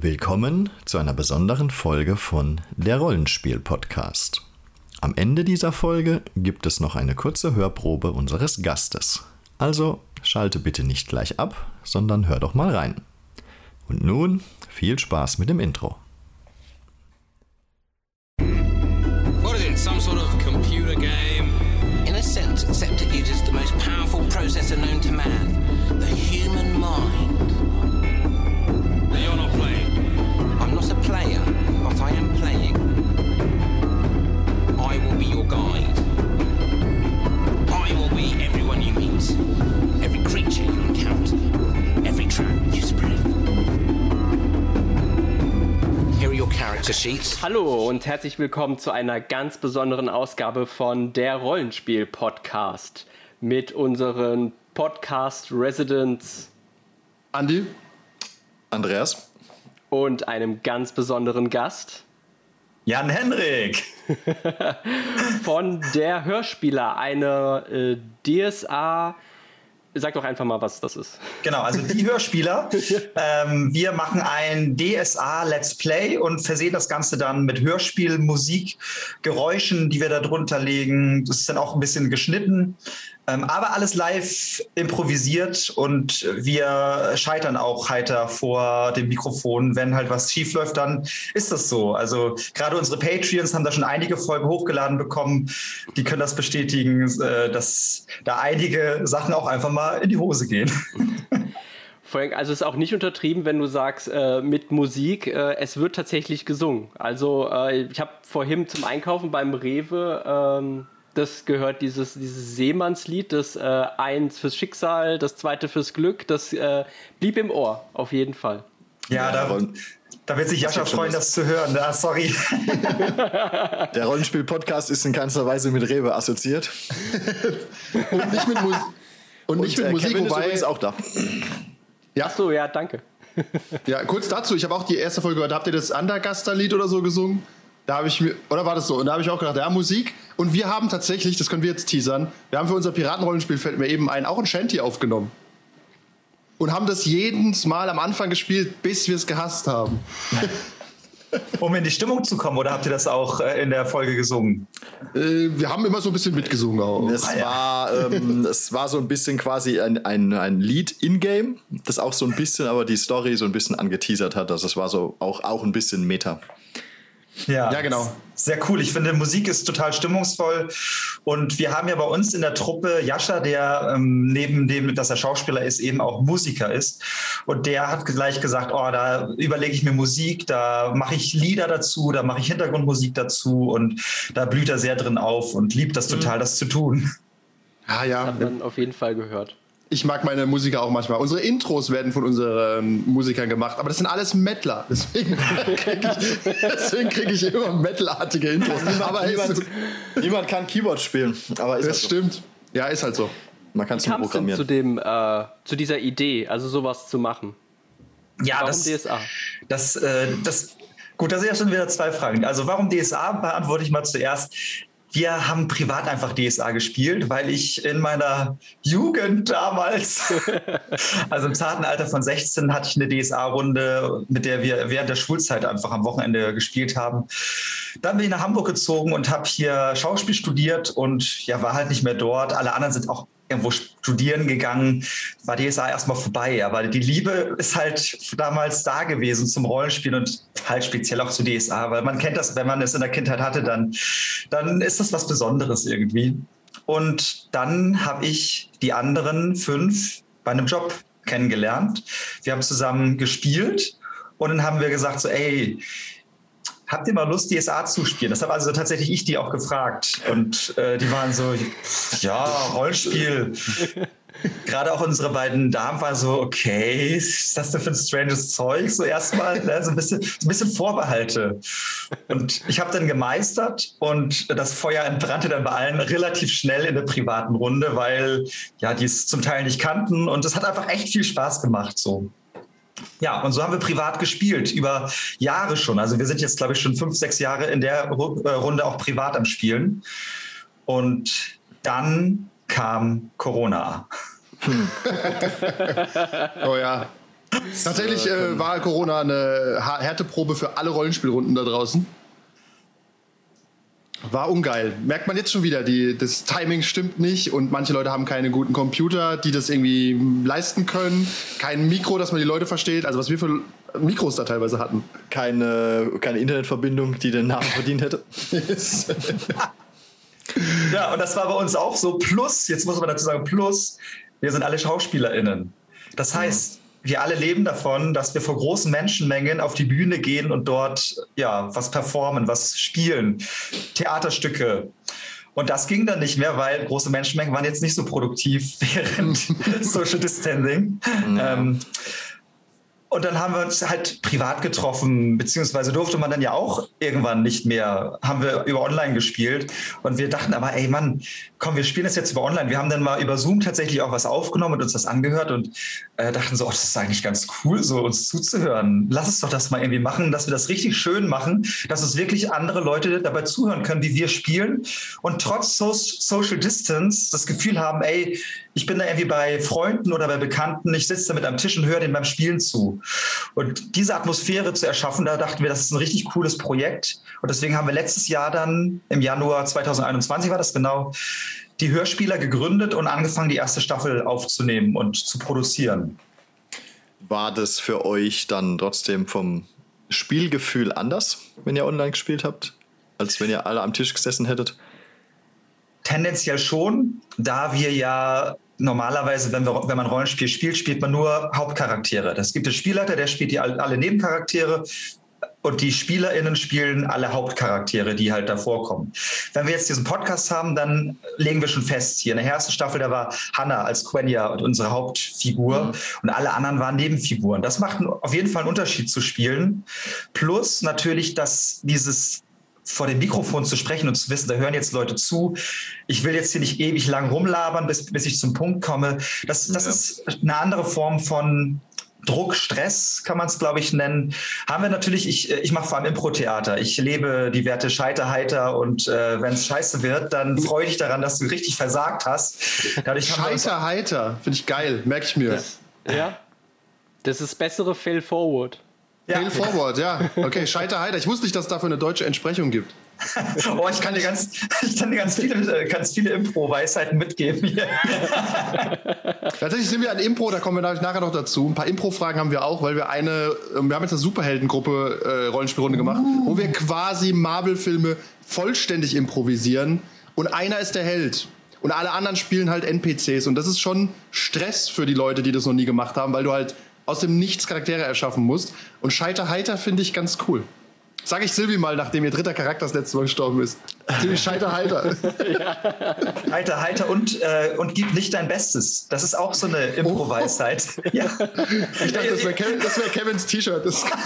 Willkommen zu einer besonderen Folge von der Rollenspiel-Podcast. Am Ende dieser Folge gibt es noch eine kurze Hörprobe unseres Gastes. Also schalte bitte nicht gleich ab, sondern hör doch mal rein. Und nun viel Spaß mit dem Intro. What is it, some sort of computer game? In a sense, except it uses the most powerful processor known to man, the human mind. Now you're not playing. I'm not a player, but I am playing. I will be your guide. I will be everyone you meet, every creature you encounter, every trap you spread. Here are your character sheets. Hallo und herzlich willkommen zu einer ganz besonderen Ausgabe von der Rollenspiel-Podcast mit unseren Podcast-Residents Andi, Andreas und einem ganz besonderen Gast Jan-Henrik von der Hörspieler, eine DSA. Sag doch einfach mal, was das ist. Genau, also die Hörspieler. Wir machen ein DSA Let's Play und versehen das Ganze dann mit Hörspiel, Musik, Geräuschen, die wir da drunter legen. Das ist dann auch ein bisschen geschnitten, aber alles live improvisiert und wir scheitern auch heiter vor dem Mikrofon. Wenn halt was schief läuft, dann ist das so. Also gerade unsere Patreons haben da schon einige Folgen hochgeladen bekommen. Die können das bestätigen, dass da einige Sachen auch einfach mal in die Hose gehen. Also es ist auch nicht untertrieben, wenn du sagst, mit Musik, es wird tatsächlich gesungen. Also ich habe vorhin zum Einkaufen beim Rewe das gehört, dieses Seemannslied, das eins fürs Schicksal, das zweite fürs Glück, das blieb im Ohr, auf jeden Fall. Ja, da wird sich Jascha freuen, das zu hören. Ah, sorry. Der Rollenspiel-Podcast ist in keinster Weise mit Rewe assoziiert. und nicht mit Musik. Und nicht mit Musik, Kevin wobei ist auch da. Ja. Ach so, ja, danke. Ja, kurz dazu, ich habe auch die erste Folge gehört. Habt ihr das Andergaster-Lied oder so gesungen? Da habe ich mir, oder war das so? Und da habe ich auch gedacht, ja, Musik. Und wir haben tatsächlich, das können wir jetzt teasern, wir haben für unser Piratenrollenspiel, fällt mir eben ein, auch ein Shanty aufgenommen. Und haben das jedes Mal am Anfang gespielt, bis wir es gehasst haben. Um in die Stimmung zu kommen, oder habt ihr das auch in der Folge gesungen? Wir haben immer so ein bisschen mitgesungen auch. Es war so ein bisschen quasi ein Lied in-game, das auch so ein bisschen, aber die Story so ein bisschen angeteasert hat. Also es war so auch ein bisschen Meta. Ja, genau. Sehr cool. Ich finde, Musik ist total stimmungsvoll. Und wir haben ja bei uns in der Truppe Jascha, der neben dem, dass er Schauspieler ist, eben auch Musiker ist. Und der hat gleich gesagt, oh, da überlege ich mir Musik, da mache ich Lieder dazu, da mache ich Hintergrundmusik dazu. Und da blüht er sehr drin auf und liebt das total, das zu tun. Ah, ja. Hat man auf jeden Fall gehört. Ich mag meine Musiker auch manchmal. Unsere Intros werden von unseren Musikern gemacht, aber das sind alles Metaler. Deswegen krieg ich immer metalartige Intros. Niemand kann Keyboard spielen. Aber ist das so. Stimmt. Ja, ist halt so. Man kann es Wie kam es denn programmieren. zu dieser Idee, also sowas zu machen? Ja, warum DSA? Gut, da sind ja schon wieder zwei Fragen. Also warum DSA, beantworte ich mal zuerst. Wir haben privat einfach DSA gespielt, weil ich in meiner Jugend damals, also im zarten Alter von 16, hatte ich eine DSA-Runde, mit der wir während der Schulzeit einfach am Wochenende gespielt haben. Dann bin ich nach Hamburg gezogen und habe hier Schauspiel studiert und ja, war halt nicht mehr dort. Alle anderen sind auch irgendwo studieren gegangen, war DSA erstmal vorbei. Aber die Liebe ist halt damals da gewesen zum Rollenspiel und halt speziell auch zu DSA, weil man kennt das, wenn man es in der Kindheit hatte, dann ist das was Besonderes irgendwie. Und dann habe ich die anderen 5 bei einem Job kennengelernt. Wir haben zusammen gespielt und dann haben wir gesagt so, ey, habt ihr mal Lust, DSA zu spielen? Das habe also tatsächlich ich die auch gefragt. Und die waren so, ja, Rollenspiel. Gerade auch unsere beiden Damen waren so, okay, was ist das denn für ein stranges Zeug? So erstmal, ne? so ein bisschen Vorbehalte. Und ich habe dann gemeistert und das Feuer entbrannte dann bei allen relativ schnell in der privaten Runde, weil ja, die es zum Teil nicht kannten. Und es hat einfach echt viel Spaß gemacht so. Ja, und so haben wir privat gespielt, über Jahre schon. Also wir sind jetzt, glaube ich, schon 5, 6 Jahre in der Runde auch privat am Spielen. Und dann kam Corona. Oh ja. Tatsächlich war Corona eine Härteprobe für alle Rollenspielrunden da draußen. War ungeil. Merkt man jetzt schon wieder, das Timing stimmt nicht und manche Leute haben keine guten Computer, die das irgendwie leisten können. Kein Mikro, dass man die Leute versteht. Also was wir für Mikros da teilweise hatten. Keine Internetverbindung, die den Namen verdient hätte. Ja, und das war bei uns auch so. Plus, jetzt muss man dazu sagen, plus, wir sind alle SchauspielerInnen. Das heißt, wir alle leben davon, dass wir vor großen Menschenmengen auf die Bühne gehen und dort was performen, was spielen, Theaterstücke. Und das ging dann nicht mehr, weil große Menschenmengen waren jetzt nicht so produktiv während Social Distancing. Und dann haben wir uns halt privat getroffen, beziehungsweise durfte man dann ja auch irgendwann nicht mehr, haben wir über Online gespielt. Und wir dachten aber, ey Mann, komm, wir spielen das jetzt über Online. Wir haben dann mal über Zoom tatsächlich auch was aufgenommen und uns das angehört und dachten so, das ist eigentlich ganz cool, so uns zuzuhören. Lass uns doch das mal irgendwie machen, dass wir das richtig schön machen, dass uns wirklich andere Leute dabei zuhören können, wie wir spielen und trotz Social Distance das Gefühl haben, ey, ich bin da irgendwie bei Freunden oder bei Bekannten, ich sitze da mit am Tisch und höre denen beim Spielen zu. Und diese Atmosphäre zu erschaffen, da dachten wir, das ist ein richtig cooles Projekt. Und deswegen haben wir letztes Jahr dann, im Januar 2021 war das genau, die Hörspieler gegründet und angefangen, die erste Staffel aufzunehmen und zu produzieren. War das für euch dann trotzdem vom Spielgefühl anders, wenn ihr online gespielt habt, als wenn ihr alle am Tisch gesessen hättet? Tendenziell schon, da wir ja normalerweise, wenn man Rollenspiel spielt, spielt man nur Hauptcharaktere. Es gibt den Spielleiter, der spielt alle Nebencharaktere und die SpielerInnen spielen alle Hauptcharaktere, die halt da vorkommen. Wenn wir jetzt diesen Podcast haben, dann legen wir schon fest, hier in der ersten Staffel, da war Hannah als Quenya und unsere Hauptfigur und alle anderen waren Nebenfiguren. Das macht auf jeden Fall einen Unterschied zu spielen. Plus natürlich, dass dieses vor dem Mikrofon zu sprechen und zu wissen, da hören jetzt Leute zu. Ich will jetzt hier nicht ewig lang rumlabern, bis ich zum Punkt komme. Das ist eine andere Form von Druck, Stress, kann man es, glaube ich, nennen. Haben wir natürlich, ich mache vor allem Impro-Theater. Ich lebe die Werte Scheiter-Heiter und wenn es scheiße wird, dann freue dich daran, dass du richtig versagt hast. Scheiter-Heiter, finde ich geil, merke ich mir. Das ist bessere Fail-Forward. Fail Forward, ja. Okay, Scheiter-Heiter. Ich wusste nicht, dass es dafür eine deutsche Entsprechung gibt. Ich kann dir ganz viele Impro-Weisheiten mitgeben hier. Tatsächlich sind wir an Impro, da kommen wir nachher noch dazu. Ein paar Impro-Fragen haben wir auch, weil wir haben jetzt eine Superheldengruppe Rollenspielrunde gemacht, wo wir quasi Marvel-Filme vollständig improvisieren und einer ist der Held. Und alle anderen spielen halt NPCs und das ist schon Stress für die Leute, die das noch nie gemacht haben, weil du halt aus dem Nichts Charaktere erschaffen musst. Und Scheiter-Heiter finde ich ganz cool. Sag ich Silvi mal, nachdem ihr dritter Charakter das letzte Mal gestorben ist. Silvi, Scheiter-Heiter. Heiter und gib nicht dein Bestes. Das ist auch so eine Impro-Weisheit. Ja. Ich dachte, das wäre Kevins T-Shirt.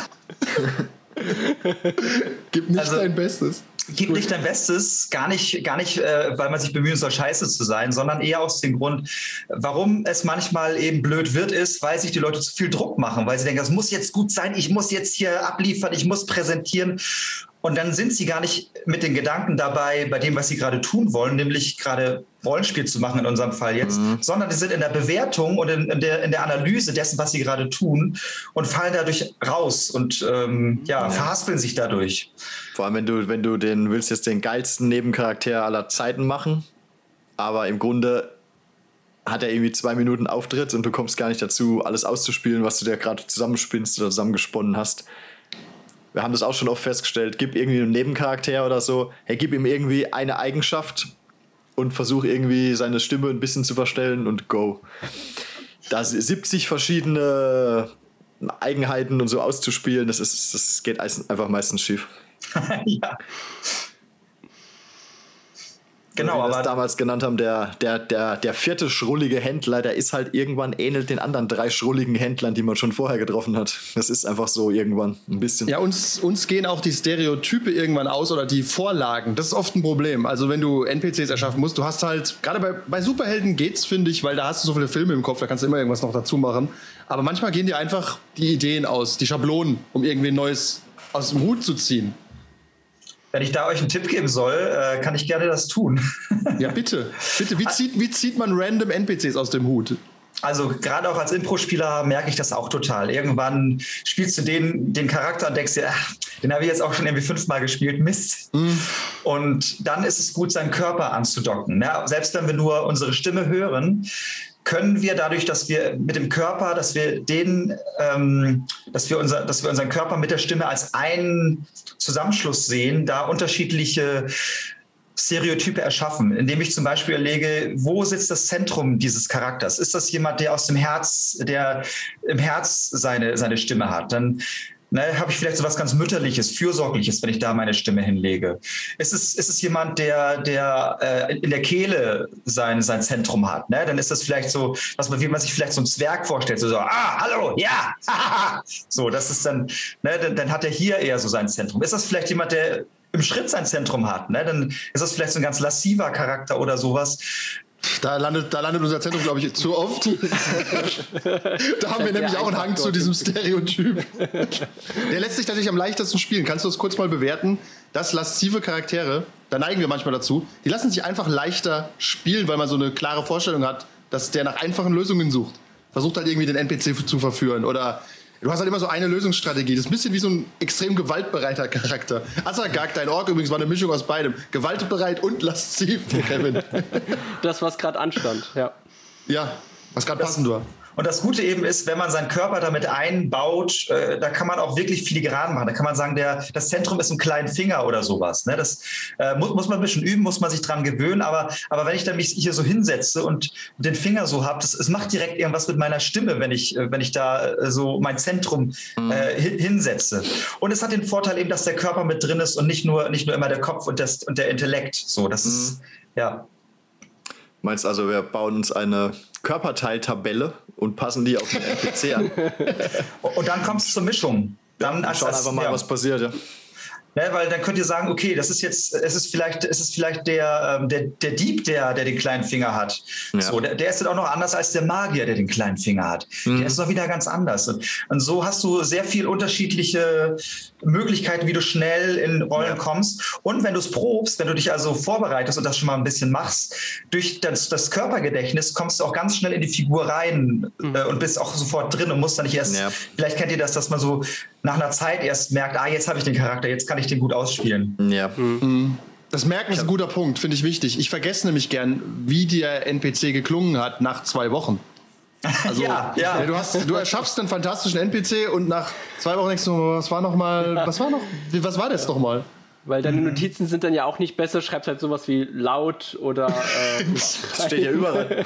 Gib nicht dein Bestes. Gib nicht dein Bestes, gar nicht, weil man sich bemühen soll, scheiße zu sein, sondern eher aus dem Grund, warum es manchmal eben blöd wird, ist, weil sich die Leute zu viel Druck machen, weil sie denken, das muss jetzt gut sein, ich muss jetzt hier abliefern, ich muss präsentieren. Und dann sind sie gar nicht mit den Gedanken dabei, bei dem, was sie gerade tun wollen, nämlich gerade Rollenspiel zu machen in unserem Fall jetzt, sondern die sind in der Bewertung und in der Analyse dessen, was sie gerade tun und fallen dadurch raus und verhaspeln sich dadurch. Vor allem, wenn du willst jetzt den geilsten Nebencharakter aller Zeiten machen, aber im Grunde hat er irgendwie 2 Minuten Auftritt und du kommst gar nicht dazu, alles auszuspielen, was du dir gerade zusammenspinnst oder zusammengesponnen hast. Wir haben das auch schon oft festgestellt, gib irgendwie einen Nebencharakter oder so, gib ihm irgendwie eine Eigenschaft und versuch irgendwie seine Stimme ein bisschen zu verstellen und go. Da 70 verschiedene Eigenheiten und so auszuspielen, das geht einfach meistens schief. Ja. Genau, wie wir das damals genannt haben, der vierte schrullige Händler, der ist halt irgendwann ähnelt den anderen 3 schrulligen Händlern, die man schon vorher getroffen hat. Das ist einfach so irgendwann ein bisschen. Ja, uns gehen auch die Stereotype irgendwann aus oder die Vorlagen. Das ist oft ein Problem. Also wenn du NPCs erschaffen musst, du hast halt, gerade bei Superhelden geht's, finde ich, weil da hast du so viele Filme im Kopf, da kannst du immer irgendwas noch dazu machen. Aber manchmal gehen dir einfach die Ideen aus, die Schablonen, um irgendwie Neues aus dem Hut zu ziehen. Wenn ich da euch einen Tipp geben soll, kann ich gerne das tun. Ja, bitte. Wie zieht man random NPCs aus dem Hut? Also gerade auch als Impro-Spieler merke ich das auch total. Irgendwann spielst du den Charakter und denkst dir, den habe ich jetzt auch schon irgendwie 5-mal gespielt, Mist. Und dann ist es gut, seinen Körper anzudocken. Ne? Selbst wenn wir nur unsere Stimme hören, können wir dadurch, dass wir mit dem Körper, dass wir unseren Körper mit der Stimme als einen Zusammenschluss sehen, da unterschiedliche Stereotype erschaffen, indem ich zum Beispiel überlege, wo sitzt das Zentrum dieses Charakters? Ist das jemand, der im Herz seine Stimme hat? Dann habe ich vielleicht so was ganz Mütterliches, Fürsorgliches, wenn ich da meine Stimme hinlege. Ist es jemand, der in der Kehle sein Zentrum hat? Ne? Dann ist das vielleicht so, wie man sich vielleicht so einen Zwerg vorstellt. So, hallo, ja, so, das ist dann, ne, dann hat er hier eher so sein Zentrum. Ist das vielleicht jemand, der im Schritt sein Zentrum hat, ne? Dann ist das vielleicht so ein ganz lassiver Charakter oder sowas. Da landet unser Zentrum, glaube ich, zu oft. Da haben wir nämlich auch einen Hang zu diesem Stereotyp. Der lässt sich tatsächlich am leichtesten spielen. Kannst du das kurz mal bewerten? Dass lassive Charaktere, da neigen wir manchmal dazu, die lassen sich einfach leichter spielen, weil man so eine klare Vorstellung hat, dass der nach einfachen Lösungen sucht. Versucht halt irgendwie den NPC zu verführen oder du hast halt immer so eine Lösungsstrategie. Das ist ein bisschen wie so ein extrem gewaltbereiter Charakter. Asagak, dein Ork übrigens, war eine Mischung aus beidem. Gewaltbereit und lasziv, Kevin. Das, was gerade anstand, ja. Ja, was gerade passend war. Und das Gute eben ist, wenn man seinen Körper damit einbaut, da kann man auch wirklich filigran machen. Da kann man sagen, das Zentrum ist ein kleiner Finger oder sowas. Ne? Das muss man ein bisschen üben, muss man sich dran gewöhnen. Aber wenn ich dann mich hier so hinsetze und den Finger so habe, es macht direkt irgendwas mit meiner Stimme, wenn ich da so mein Zentrum hinsetze. Und es hat den Vorteil eben, dass der Körper mit drin ist und nicht nur immer der Kopf und der Intellekt. So, das ist, ja. Meinst also, wir bauen uns eine Körperteiltabelle und passen die auf den NPC an? Und dann kommt es zur Mischung. Dann schauen einfach mal, was passiert, ja. Ne, weil dann könnt ihr sagen, okay, es ist vielleicht der Dieb, der den kleinen Finger hat. Ja. So, der ist dann auch noch anders als der Magier, der den kleinen Finger hat. Der ist noch wieder ganz anders. Und so hast du sehr viel unterschiedliche Möglichkeiten, wie du schnell in Rollen kommst. Und wenn du es probst, wenn du dich also vorbereitest und das schon mal ein bisschen machst, durch das Körpergedächtnis kommst du auch ganz schnell in die Figur rein und bist auch sofort drin und musst dann nicht erst, vielleicht kennt ihr das, dass man so nach einer Zeit erst merkt, jetzt habe ich den Charakter, jetzt kann ich den gut ausspielen. Ja. Das Merken ist ein guter Punkt, finde ich wichtig. Ich vergesse nämlich gern, wie der NPC geklungen hat nach 2 Wochen. Also, du erschaffst einen fantastischen NPC und nach 2 Wochen denkst du, was war das nochmal? Weil deine Notizen sind dann ja auch nicht besser, schreibst halt sowas wie laut oder... das steht ja überall.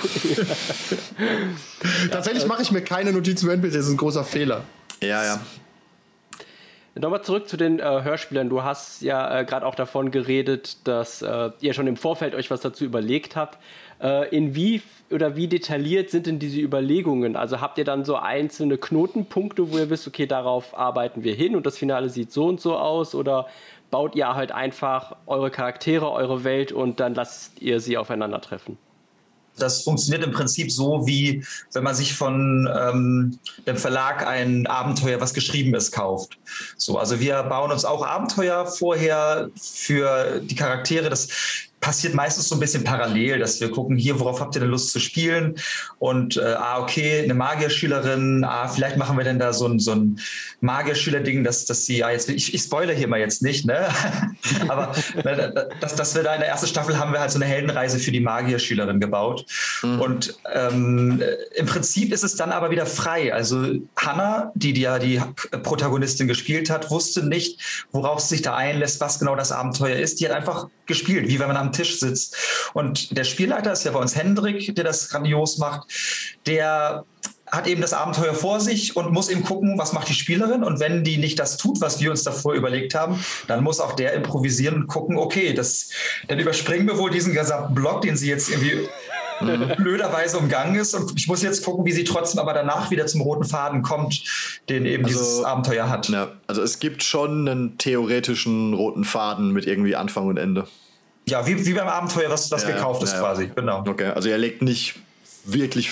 Tatsächlich mache ich mir keine Notizen für NPCs, das ist ein großer Fehler. Ja. Nochmal zurück zu den Hörspielern. Du hast ja gerade auch davon geredet, dass ihr schon im Vorfeld euch was dazu überlegt habt. Wie detailliert sind denn diese Überlegungen? Also habt ihr dann so einzelne Knotenpunkte, wo ihr wisst, okay, darauf arbeiten wir hin und das Finale sieht so und so aus? Oder baut ihr halt einfach eure Charaktere, eure Welt und dann lasst ihr sie aufeinandertreffen? Das funktioniert im Prinzip so, wie wenn man sich von dem Verlag ein Abenteuer, was geschrieben ist, kauft. So, also wir bauen uns auch Abenteuer vorher für die Charaktere. Das passiert meistens so ein bisschen parallel, dass wir gucken, hier, worauf habt ihr denn Lust zu spielen? Und okay, eine Magierschülerin, vielleicht machen wir denn da so ein Magierschüler-Ding, dass sie, ich spoilere hier mal jetzt nicht, ne? Aber dass wir da in der ersten Staffel haben wir halt so eine Heldenreise für die Magierschülerin gebaut. Und im Prinzip ist es dann aber wieder frei. Also Hannah, die Protagonistin gespielt hat, wusste nicht, worauf sie sich da einlässt, was genau das Abenteuer ist. Die hat einfach gespielt, wie wenn man am Tisch sitzt. Und der Spielleiter ist ja bei uns Hendrik, der das grandios macht. Der hat eben das Abenteuer vor sich und muss eben gucken, was macht die Spielerin. Und wenn die nicht das tut, was wir uns davor überlegt haben, dann muss auch der improvisieren und gucken, okay, dann überspringen wir wohl diesen gesamten Block, den sie jetzt irgendwie blöderweise umgangen ist. Und ich muss jetzt gucken, wie sie trotzdem aber danach wieder zum roten Faden kommt, den eben dieses Abenteuer hat. Ja, also es gibt schon einen theoretischen roten Faden mit irgendwie Anfang und Ende. Ja, wie beim Abenteuer, was gekauft ist quasi. Genau. Okay, also er legt nicht wirklich völlig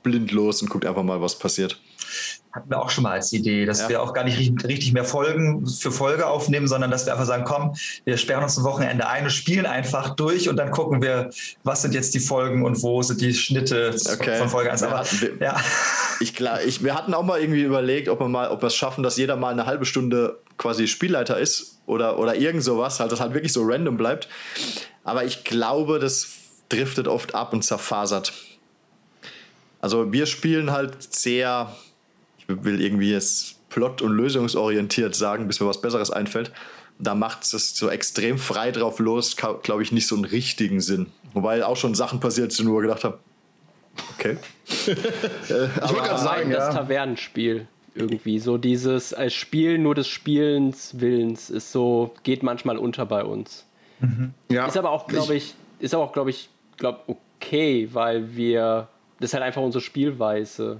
blind los und guckt einfach mal, was passiert. Hatten wir auch schon mal als Idee, dass wir auch gar nicht richtig mehr Folgen für Folge aufnehmen, sondern dass wir einfach sagen, komm, wir sperren uns ein Wochenende ein und spielen einfach durch und dann gucken wir, was sind jetzt die Folgen und wo sind die Schnitte von Folge 1. Aber, wir hatten auch mal irgendwie überlegt, ob wir es schaffen, dass jeder mal eine halbe Stunde quasi Spielleiter ist oder irgend sowas, halt, das halt wirklich so random bleibt. Aber ich glaube, das driftet oft ab und zerfasert. Also wir spielen halt sehr, ich will irgendwie jetzt plot- und lösungsorientiert sagen, bis mir was Besseres einfällt. Da macht es so extrem frei drauf los, glaube ich, nicht so einen richtigen Sinn. Wobei auch schon Sachen passiert sind, wo ich gedacht habe, okay. Ich wollte gerade sagen, das Tavernenspiel irgendwie, so dieses als Spiel nur des Spielens Willens ist so, geht manchmal unter bei uns. Ja. Ist aber auch, glaube ich, okay, weil wir, das ist halt einfach unsere Spielweise.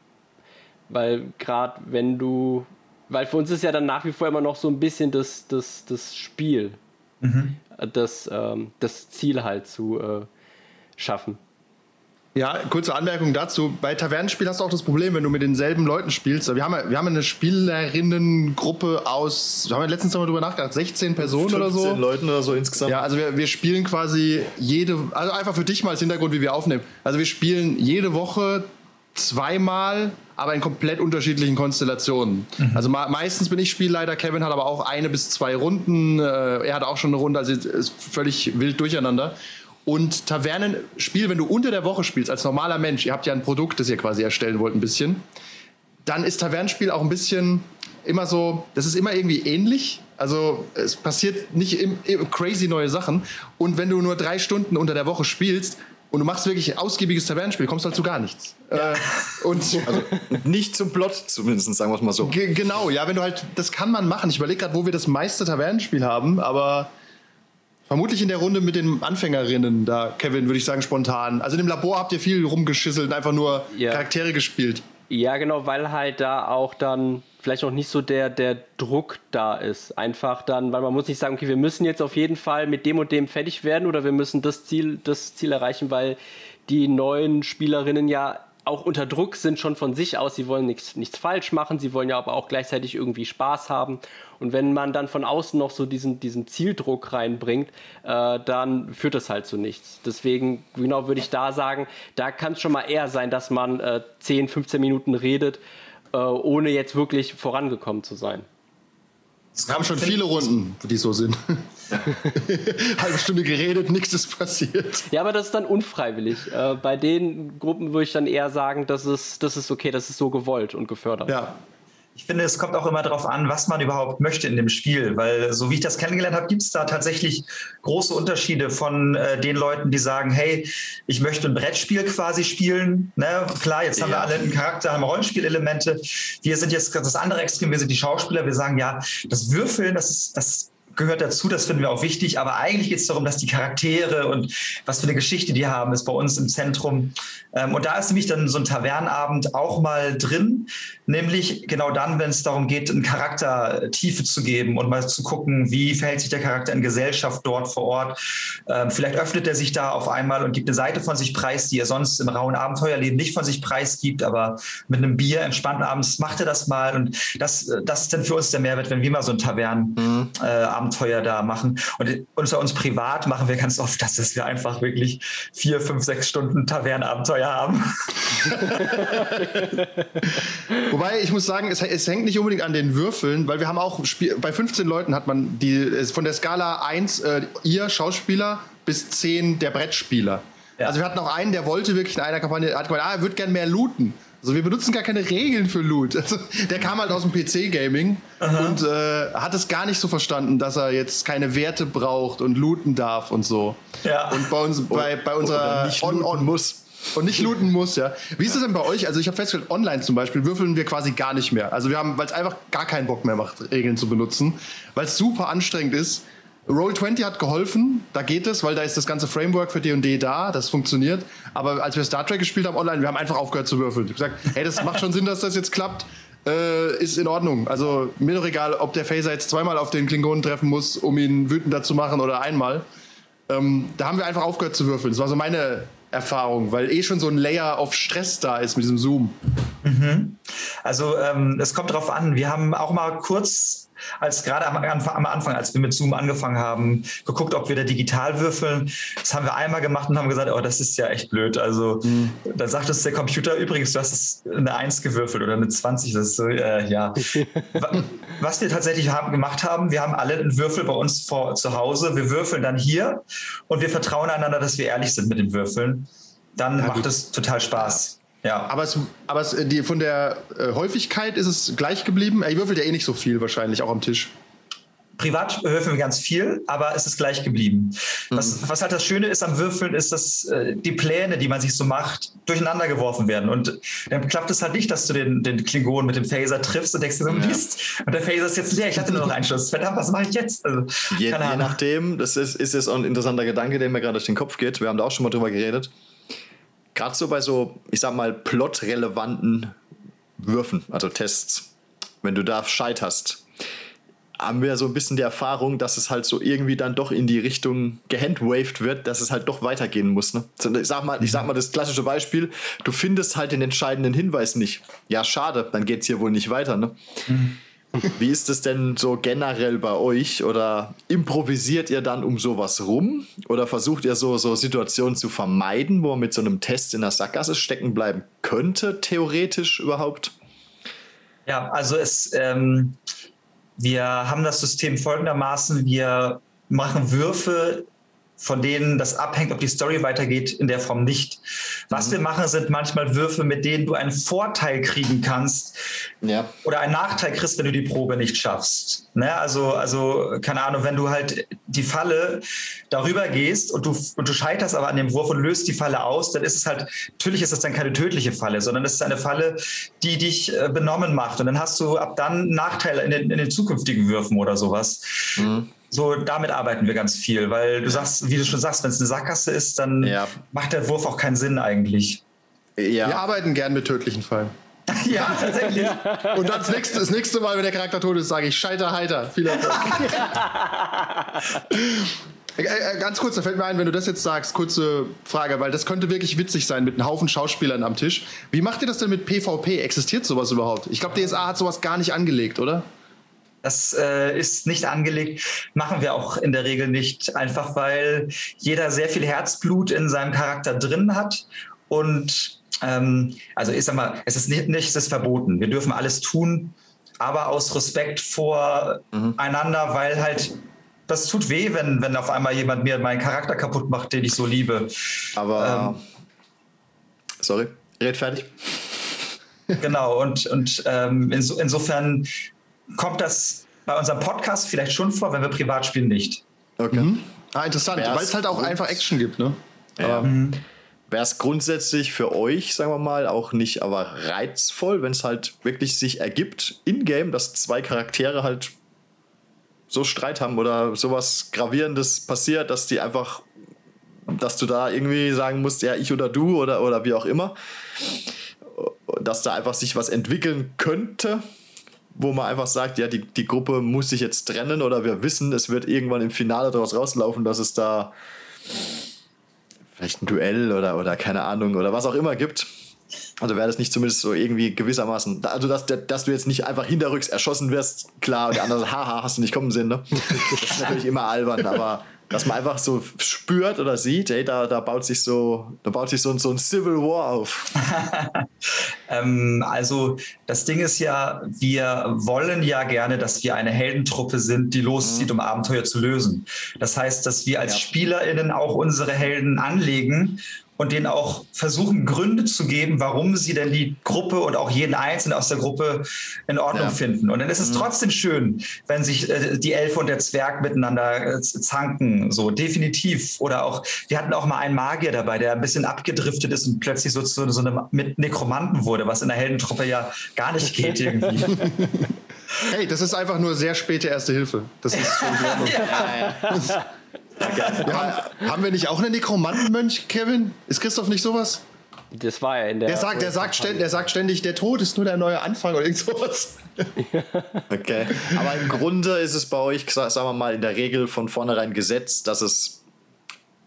Weil gerade weil für uns ist ja dann nach wie vor immer noch so ein bisschen das Spiel, das Ziel halt zu schaffen. Ja, kurze Anmerkung dazu. Bei Tavernenspiel hast du auch das Problem, wenn du mit denselben Leuten spielst. Wir haben eine Spielerinnengruppe aus, haben wir letztens mal drüber nachgedacht, 16 Personen oder so. 15 Leuten oder so insgesamt. Ja, also wir spielen quasi also einfach für dich mal als Hintergrund, wie wir aufnehmen. Also wir spielen jede Woche zweimal, aber in komplett unterschiedlichen Konstellationen. Also meistens bin ich Spielleiter, Kevin hat aber auch 1 bis 2 Runden, er hat auch schon eine Runde, also ist völlig wild durcheinander. Und Tavernenspiel, wenn du unter der Woche spielst, als normaler Mensch, ihr habt ja ein Produkt, das ihr quasi erstellen wollt ein bisschen, dann ist Tavernenspiel auch ein bisschen immer so, das ist immer irgendwie ähnlich. Also es passiert nicht crazy neue Sachen. Und wenn du nur 3 Stunden unter der Woche spielst und du machst wirklich ein ausgiebiges Tavernenspiel, kommst du halt zu gar nichts. Ja. Also nicht zum Plot zumindest, sagen wir es mal so. Genau, ja, wenn du halt, das kann man machen. Ich überlege gerade, wo wir das meiste Tavernenspiel haben, aber vermutlich in der Runde mit den Anfängerinnen, da, Kevin, würde ich sagen, spontan. Also in dem Labor habt ihr viel rumgeschisselt und einfach nur Charaktere gespielt. Ja, genau, weil halt da auch dann vielleicht noch nicht so der Druck da ist. Einfach dann, weil man muss nicht sagen, okay, wir müssen jetzt auf jeden Fall mit dem und dem fertig werden oder wir müssen das Ziel erreichen, weil die neuen Spielerinnen ja auch unter Druck sind schon von sich aus. Sie wollen nichts falsch machen, sie wollen ja aber auch gleichzeitig irgendwie Spaß haben. Und wenn man dann von außen noch so diesen Zieldruck reinbringt, dann führt das halt zu nichts. Deswegen, genau, würde ich da sagen, da kann es schon mal eher sein, dass man 10, 15 Minuten redet, ohne jetzt wirklich vorangekommen zu sein. Es kamen schon viele Runden, die so sind. Halbe Stunde geredet, nichts ist passiert. Ja, aber das ist dann unfreiwillig. Bei den Gruppen würde ich dann eher sagen, das ist okay, das ist so gewollt und gefördert. Ja. Ich finde, es kommt auch immer darauf an, was man überhaupt möchte in dem Spiel, weil so wie ich das kennengelernt habe, gibt es da tatsächlich große Unterschiede von den Leuten, die sagen, hey, ich möchte ein Brettspiel quasi spielen. Ne? Klar, jetzt haben wir alle einen Charakter, haben Rollenspielelemente. Wir sind jetzt das andere Extrem, wir sind die Schauspieler. Wir sagen, ja, das Würfeln, das gehört dazu, das finden wir auch wichtig, aber eigentlich geht es darum, dass die Charaktere und was für eine Geschichte die haben, ist bei uns im Zentrum. Und da ist nämlich dann so ein Tavernenabend auch mal drin, nämlich genau dann, wenn es darum geht, einen Charakter Tiefe zu geben und mal zu gucken, wie verhält sich der Charakter in Gesellschaft dort vor Ort. Vielleicht öffnet er sich da auf einmal und gibt eine Seite von sich preis, die er sonst im rauen Abenteuerleben nicht von sich preisgibt, aber mit einem Bier entspannt abends macht er das mal und das ist dann für uns der Mehrwert, wenn wir mal so ein Abenteuer da machen. Und unter uns privat machen wir ganz oft, dass wir einfach wirklich 4, 5, 6 Stunden Tavernenabenteuer haben. Wobei, ich muss sagen, es hängt nicht unbedingt an den Würfeln, weil wir haben auch, bei 15 Leuten hat man von der Skala 1 ihr Schauspieler bis 10 der Brettspieler. Ja. Also wir hatten auch einen, der wollte wirklich in einer Kampagne, hat gemeint, er würde gerne mehr looten. Also wir benutzen gar keine Regeln für Loot. Also der kam halt aus dem PC-Gaming und hat es gar nicht so verstanden, dass er jetzt keine Werte braucht und looten darf und so. Ja. Und bei uns, bei unserer nicht looten muss. Und nicht looten muss, ja. Wie ist das denn bei euch? Also ich habe festgestellt, online zum Beispiel würfeln wir quasi gar nicht mehr. Also weil es einfach gar keinen Bock mehr macht, Regeln zu benutzen, weil es super anstrengend ist. Roll20 hat geholfen, da geht es, weil da ist das ganze Framework für D&D da, das funktioniert. Aber als wir Star Trek gespielt haben online, wir haben einfach aufgehört zu würfeln. Ich habe gesagt, hey, das macht schon Sinn, dass das jetzt klappt. Ist in Ordnung. Also mir doch egal, ob der Phaser jetzt zweimal auf den Klingonen treffen muss, um ihn wütender zu machen oder einmal. Da haben wir einfach aufgehört zu würfeln. Das war so meine Erfahrung, weil schon so ein Layer of Stress da ist mit diesem Zoom. Also es kommt drauf an. Wir haben auch mal kurz, gerade am Anfang, als wir mit Zoom angefangen haben, geguckt, ob wir da digital würfeln. Das haben wir einmal gemacht und haben gesagt, oh, das ist ja echt blöd. Also da sagt uns der Computer, übrigens, du hast eine 1 gewürfelt oder eine 20. Das ist so, ja. Was wir tatsächlich gemacht haben, wir haben alle einen Würfel bei uns zu Hause. Wir würfeln dann hier und wir vertrauen einander, dass wir ehrlich sind mit den Würfeln. Dann macht es total Spaß. Ja. Aber von der Häufigkeit ist es gleich geblieben. Ihr würfelt ja eh nicht so viel wahrscheinlich, auch am Tisch. Privat würfeln wir ganz viel, aber es ist gleich geblieben. Was halt das Schöne ist am Würfeln, ist, dass die Pläne, die man sich so macht, durcheinander geworfen werden. Und dann klappt es halt nicht, dass du den Klingon mit dem Phaser triffst und denkst dir so, Mist, und der Phaser ist jetzt leer, ich hatte nur noch einen Schuss. Verdammt, was mache ich jetzt? Also, je nachdem, das ist jetzt auch ein interessanter Gedanke, der mir gerade durch den Kopf geht. Wir haben da auch schon mal drüber geredet. Gerade so bei so, ich sag mal, plotrelevanten Würfen, also Tests, wenn du da scheiterst, haben wir so ein bisschen die Erfahrung, dass es halt so irgendwie dann doch in die Richtung gehandwaved wird, dass es halt doch weitergehen muss. Ne? Ich sag mal das klassische Beispiel, du findest halt den entscheidenden Hinweis nicht. Ja, schade, dann geht's hier wohl nicht weiter. Ne? Wie ist es denn so generell bei euch? Oder improvisiert ihr dann um sowas rum? Oder versucht ihr so Situationen zu vermeiden, wo man mit so einem Test in der Sackgasse stecken bleiben könnte, theoretisch überhaupt? Ja, also wir haben das System folgendermaßen, wir machen Würfe, von denen das abhängt, ob die Story weitergeht, in der Form nicht. Was wir machen, sind manchmal Würfe, mit denen du einen Vorteil kriegen kannst oder einen Nachteil kriegst, wenn du die Probe nicht schaffst. Ne? Also keine Ahnung, wenn du halt die Falle darüber gehst und du scheiterst aber an dem Wurf und löst die Falle aus, dann ist es halt, natürlich ist das dann keine tödliche Falle, sondern es ist eine Falle, die dich benommen macht. Und dann hast du ab dann Nachteile in den zukünftigen Würfen oder sowas. So, damit arbeiten wir ganz viel, weil du sagst, wie du schon sagst, wenn es eine Sackgasse ist, dann macht der Wurf auch keinen Sinn eigentlich. Ja. Wir arbeiten gern mit tödlichen Fallen. Ja, tatsächlich. Und dann das nächste Mal, wenn der Charakter tot ist, sage ich, scheiter heiter. Viel Erfolg. Ganz kurz, da fällt mir ein, wenn du das jetzt sagst, kurze Frage, weil das könnte wirklich witzig sein mit einem Haufen Schauspielern am Tisch. Wie macht ihr das denn mit PvP? Existiert sowas überhaupt? Ich glaube, DSA hat sowas gar nicht angelegt, oder? Das ist nicht angelegt, machen wir auch in der Regel nicht, einfach weil jeder sehr viel Herzblut in seinem Charakter drin hat und also ich sag mal, es ist nichts verboten. Wir dürfen alles tun, aber aus Respekt voreinander, weil halt das tut weh, wenn auf einmal jemand mir meinen Charakter kaputt macht, den ich so liebe. Aber sorry, red fertig. Genau, und insofern kommt das bei unserem Podcast vielleicht schon vor, wenn wir privat spielen, nicht. Okay. Interessant, weil es halt auch einfach Action gibt, ne? Ja. Wäre es grundsätzlich für euch, sagen wir mal, auch nicht aber reizvoll, wenn es halt wirklich sich ergibt, in-game, dass 2 Charaktere halt so Streit haben oder sowas Gravierendes passiert, dass die einfach, dass du da irgendwie sagen musst, ja, ich oder du oder wie auch immer, dass da einfach sich was entwickeln könnte, wo man einfach sagt, ja, die Gruppe muss sich jetzt trennen oder wir wissen, es wird irgendwann im Finale daraus rauslaufen, dass es da vielleicht ein Duell oder keine Ahnung oder was auch immer gibt. Also wäre das nicht zumindest so irgendwie gewissermaßen, also dass du jetzt nicht einfach hinterrücks erschossen wirst, klar, und der andere sagt, haha, hast du nicht kommen sehen, ne? Das ist natürlich immer albern, aber dass man einfach so spürt oder sieht, ey, da baut sich so ein Civil War auf. Also das Ding ist ja, wir wollen ja gerne, dass wir eine Heldentruppe sind, die loszieht, um Abenteuer zu lösen. Das heißt, dass wir als SpielerInnen auch unsere Helden anlegen und denen auch versuchen, Gründe zu geben, warum sie denn die Gruppe und auch jeden Einzelnen aus der Gruppe in Ordnung finden. Und dann ist es trotzdem schön, wenn sich die Elfe und der Zwerg miteinander zanken, so definitiv. Oder auch, wir hatten auch mal einen Magier dabei, der ein bisschen abgedriftet ist und plötzlich so zu so einem Nekromanten wurde, was in der Heldentruppe ja gar nicht geht irgendwie. Hey, das ist einfach nur sehr späte Erste Hilfe. Das ist schon in Ordnung. Haben wir nicht auch einen Nekromantenmönch, Kevin? Ist Christoph nicht sowas? Das war ja in der... Der sagt ständig, der Tod ist nur der neue Anfang oder irgend sowas. Okay. Aber im Grunde ist es bei euch, sagen wir mal, in der Regel von vornherein gesetzt, dass es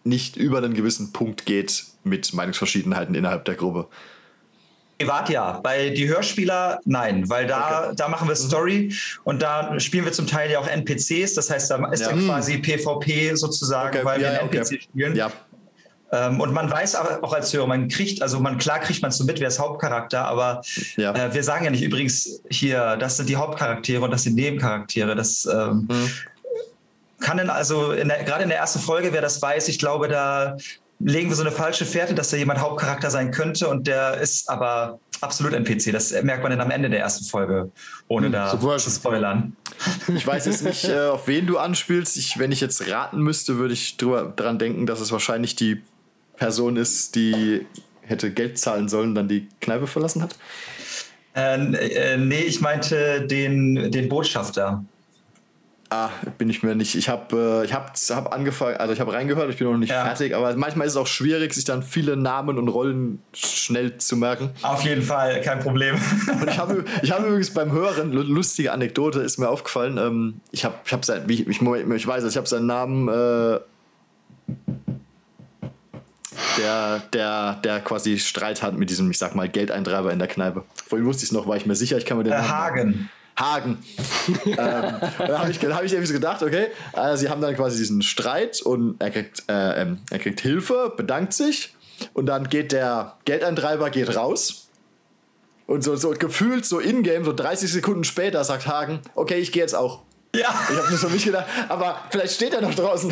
nicht über einen gewissen Punkt geht mit Meinungsverschiedenheiten innerhalb der Gruppe. Privat ja, bei die Hörspieler nein, weil da machen wir Story und da spielen wir zum Teil ja auch NPCs, das heißt, da ist dann quasi PvP sozusagen, weil wir einen NPC spielen. Ja. Und man weiß aber auch als Hörer, klar kriegt man so mit, wer ist Hauptcharakter, aber wir sagen ja nicht übrigens hier, das sind die Hauptcharaktere und das sind Nebencharaktere. Das kann dann also, gerade in der ersten Folge, wer das weiß, ich glaube, da legen wir so eine falsche Fährte, dass da jemand Hauptcharakter sein könnte und der ist aber absolut NPC. Das merkt man dann am Ende der ersten Folge, ohne da zu spoilern. Ich weiß jetzt nicht, auf wen du anspielst. Wenn ich jetzt raten müsste, würde ich dran denken, dass es wahrscheinlich die Person ist, die hätte Geld zahlen sollen, dann die Kneipe verlassen hat. Nee, ich meinte den Botschafter. Bin ich mir nicht. Ich hab angefangen, also ich habe reingehört, ich bin noch nicht fertig, aber manchmal ist es auch schwierig, sich dann viele Namen und Rollen schnell zu merken. Auf jeden Fall, kein Problem. Und ich habe übrigens beim Hören, lustige Anekdote, ist mir aufgefallen, ich habe seinen Namen, der quasi Streit hat mit diesem, ich sag mal, Geldeintreiber in der Kneipe. Vorhin wusste ich es noch, war ich mir sicher, ich kann mir den Namen Hagen. Da habe ich irgendwie so gedacht, okay, sie haben dann quasi diesen Streit und er kriegt Hilfe, bedankt sich und dann geht der Geldeintreiber raus und so gefühlt so in-game, so 30 Sekunden später sagt Hagen, okay, ich gehe jetzt auch. Ja. Ich habe mir so nicht gedacht, aber vielleicht steht er noch draußen.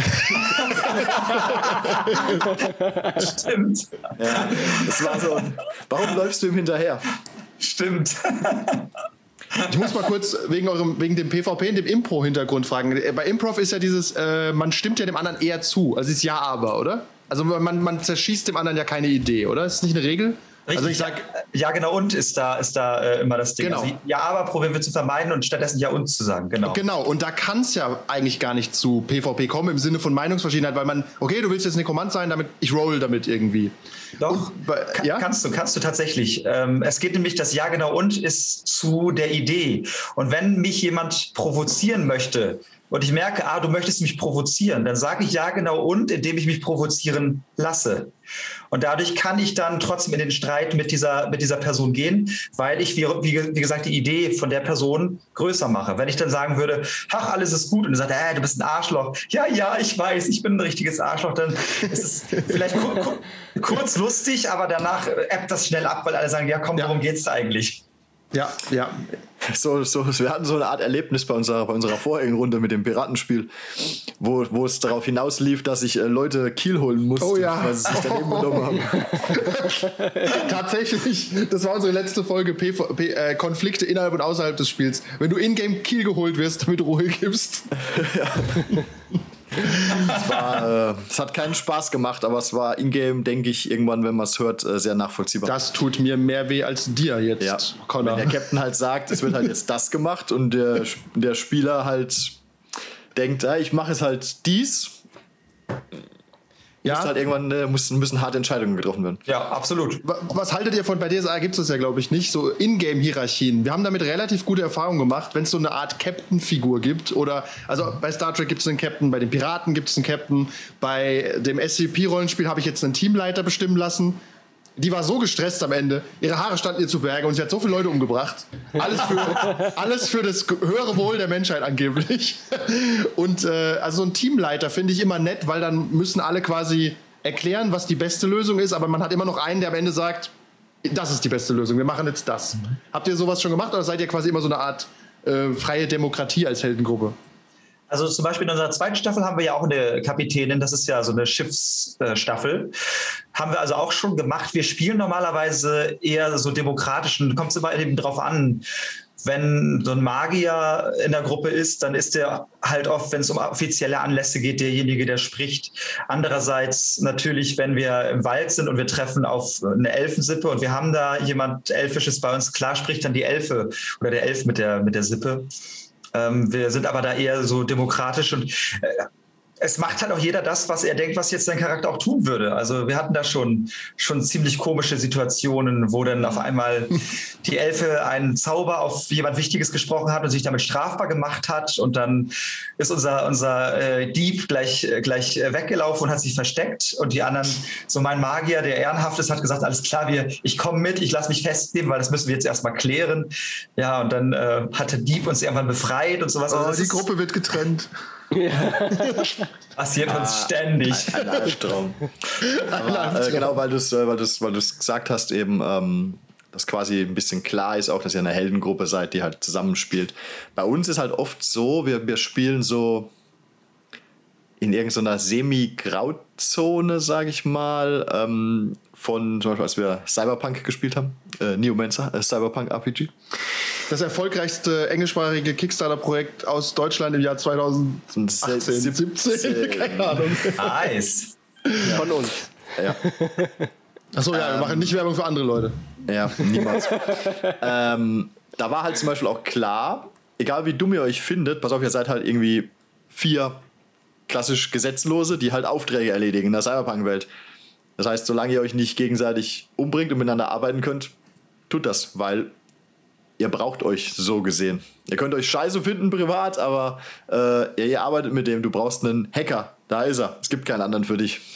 Stimmt. Ja, das war so, warum läufst du ihm hinterher? Stimmt. Ich muss mal kurz wegen dem PvP und dem Impro-Hintergrund fragen. Bei Improv ist ja dieses, man stimmt ja dem anderen eher zu. Also es ist ja aber, oder? Also man zerschießt dem anderen ja keine Idee, oder? Ist das nicht eine Regel? Richtig, also ich sag, ja genau, und ist da immer das Ding. Genau. Also, ja, aber probieren wir zu vermeiden und stattdessen ja und zu sagen, genau. Genau, und da kann es ja eigentlich gar nicht zu PvP kommen im Sinne von Meinungsverschiedenheit, weil man, okay, du willst jetzt Nekromant sein, ich roll damit irgendwie. Doch, kannst du tatsächlich. Es geht nämlich, das Ja, genau und ist zu der Idee. Und wenn mich jemand provozieren möchte, und ich merke, du möchtest mich provozieren, dann sage ich ja, genau und, indem ich mich provozieren lasse. Und dadurch kann ich dann trotzdem in den Streit mit dieser Person gehen, weil ich, wie gesagt, die Idee von der Person größer mache. Wenn ich dann sagen würde, ach, alles ist gut, und du sagst, du bist ein Arschloch. Ja, ich weiß, ich bin ein richtiges Arschloch. Dann ist es vielleicht kurz lustig, aber danach ebbt das schnell ab, weil alle sagen, ja komm, worum geht's da eigentlich? Ja. Wir hatten so eine Art Erlebnis bei unserer vorigen Runde mit dem Piratenspiel, wo es darauf hinauslief, dass ich Leute Kiel holen musste, weil sie sich daneben genommen haben. Tatsächlich, das war unsere letzte Folge, Konflikte innerhalb und außerhalb des Spiels. Wenn du in-game Kiel geholt wirst, damit du Ruhe gibst. Es hat keinen Spaß gemacht, aber es war in-game, denke ich, irgendwann, wenn man es hört, sehr nachvollziehbar. Das tut mir mehr weh als dir jetzt, Connor. Wenn der Captain halt sagt, es wird halt jetzt das gemacht und der Spieler halt denkt, ich mache es halt dies. Ja. Halt irgendwann müssen harte Entscheidungen getroffen werden. Ja, absolut. Was haltet ihr von, bei DSA gibt es das ja, glaube ich, nicht, so Ingame-Hierarchien. Wir haben damit relativ gute Erfahrungen gemacht, wenn es so eine Art Captain-Figur gibt. Oder, also bei Star Trek gibt es einen Captain, bei den Piraten gibt es einen Captain, bei dem SCP-Rollenspiel habe ich jetzt einen Teamleiter bestimmen lassen. Die war so gestresst am Ende. Ihre Haare standen ihr zu Berge und sie hat so viele Leute umgebracht. Alles für das höhere Wohl der Menschheit angeblich. Und also so ein Teamleiter finde ich immer nett, weil dann müssen alle quasi erklären, was die beste Lösung ist. Aber man hat immer noch einen, der am Ende sagt, das ist die beste Lösung, wir machen jetzt das. Habt ihr sowas schon gemacht oder seid ihr quasi immer so eine Art freie Demokratie als Heldengruppe? Also zum Beispiel in unserer zweiten Staffel haben wir ja auch eine Kapitänin, das ist ja so eine Schiffsstaffel. Haben wir also auch schon gemacht. Wir spielen normalerweise eher so demokratisch und kommt es immer eben drauf an. Wenn so ein Magier in der Gruppe ist, dann ist der halt oft, wenn es um offizielle Anlässe geht, derjenige, der spricht. Andererseits natürlich, wenn wir im Wald sind und wir treffen auf eine Elfensippe und wir haben da jemand Elfisches bei uns, klar spricht dann die Elfe oder der Elf mit der Sippe. Wir sind aber da eher so demokratisch und es macht halt auch jeder das, was er denkt, was jetzt sein Charakter auch tun würde. Also wir hatten da schon ziemlich komische Situationen, wo dann auf einmal die Elfe einen Zauber auf jemand Wichtiges gesprochen hat und sich damit strafbar gemacht hat. Und dann ist unser Dieb gleich weggelaufen und hat sich versteckt. Und die anderen, so mein Magier, der ehrenhaft ist, hat gesagt, alles klar, ich komme mit, ich lasse mich festnehmen, weil das müssen wir jetzt erstmal klären. Ja, und dann hat der Dieb uns irgendwann befreit und sowas. Also die Gruppe wird getrennt. Passiert uns ständig. Ein Albtraum. Aber, genau, weil du es gesagt hast, eben, dass quasi ein bisschen klar ist, auch, dass ihr eine Heldengruppe seid, die halt zusammenspielt. Bei uns ist halt oft so, wir spielen so in irgendeiner Semi-Grauzone, sage ich mal, von, zum Beispiel, als wir Cyberpunk gespielt haben, Neomancer, Cyberpunk RPG. Das erfolgreichste englischsprachige Kickstarter-Projekt aus Deutschland im Jahr 2018, 17, keine Ahnung. Nice. Von uns. Ja. Achso, ja, wir machen nicht Werbung für andere Leute. Ja, niemals. Da war halt zum Beispiel auch klar, egal wie dumm ihr euch findet, pass auf, ihr seid halt irgendwie 4 klassisch Gesetzlose, die halt Aufträge erledigen in der Cyberpunk-Welt. Das heißt, solange ihr euch nicht gegenseitig umbringt und miteinander arbeiten könnt, tut das, weil ihr braucht euch so gesehen. Ihr könnt euch scheiße finden privat, aber ihr arbeitet mit dem. Du brauchst einen Hacker. Da ist er. Es gibt keinen anderen für dich.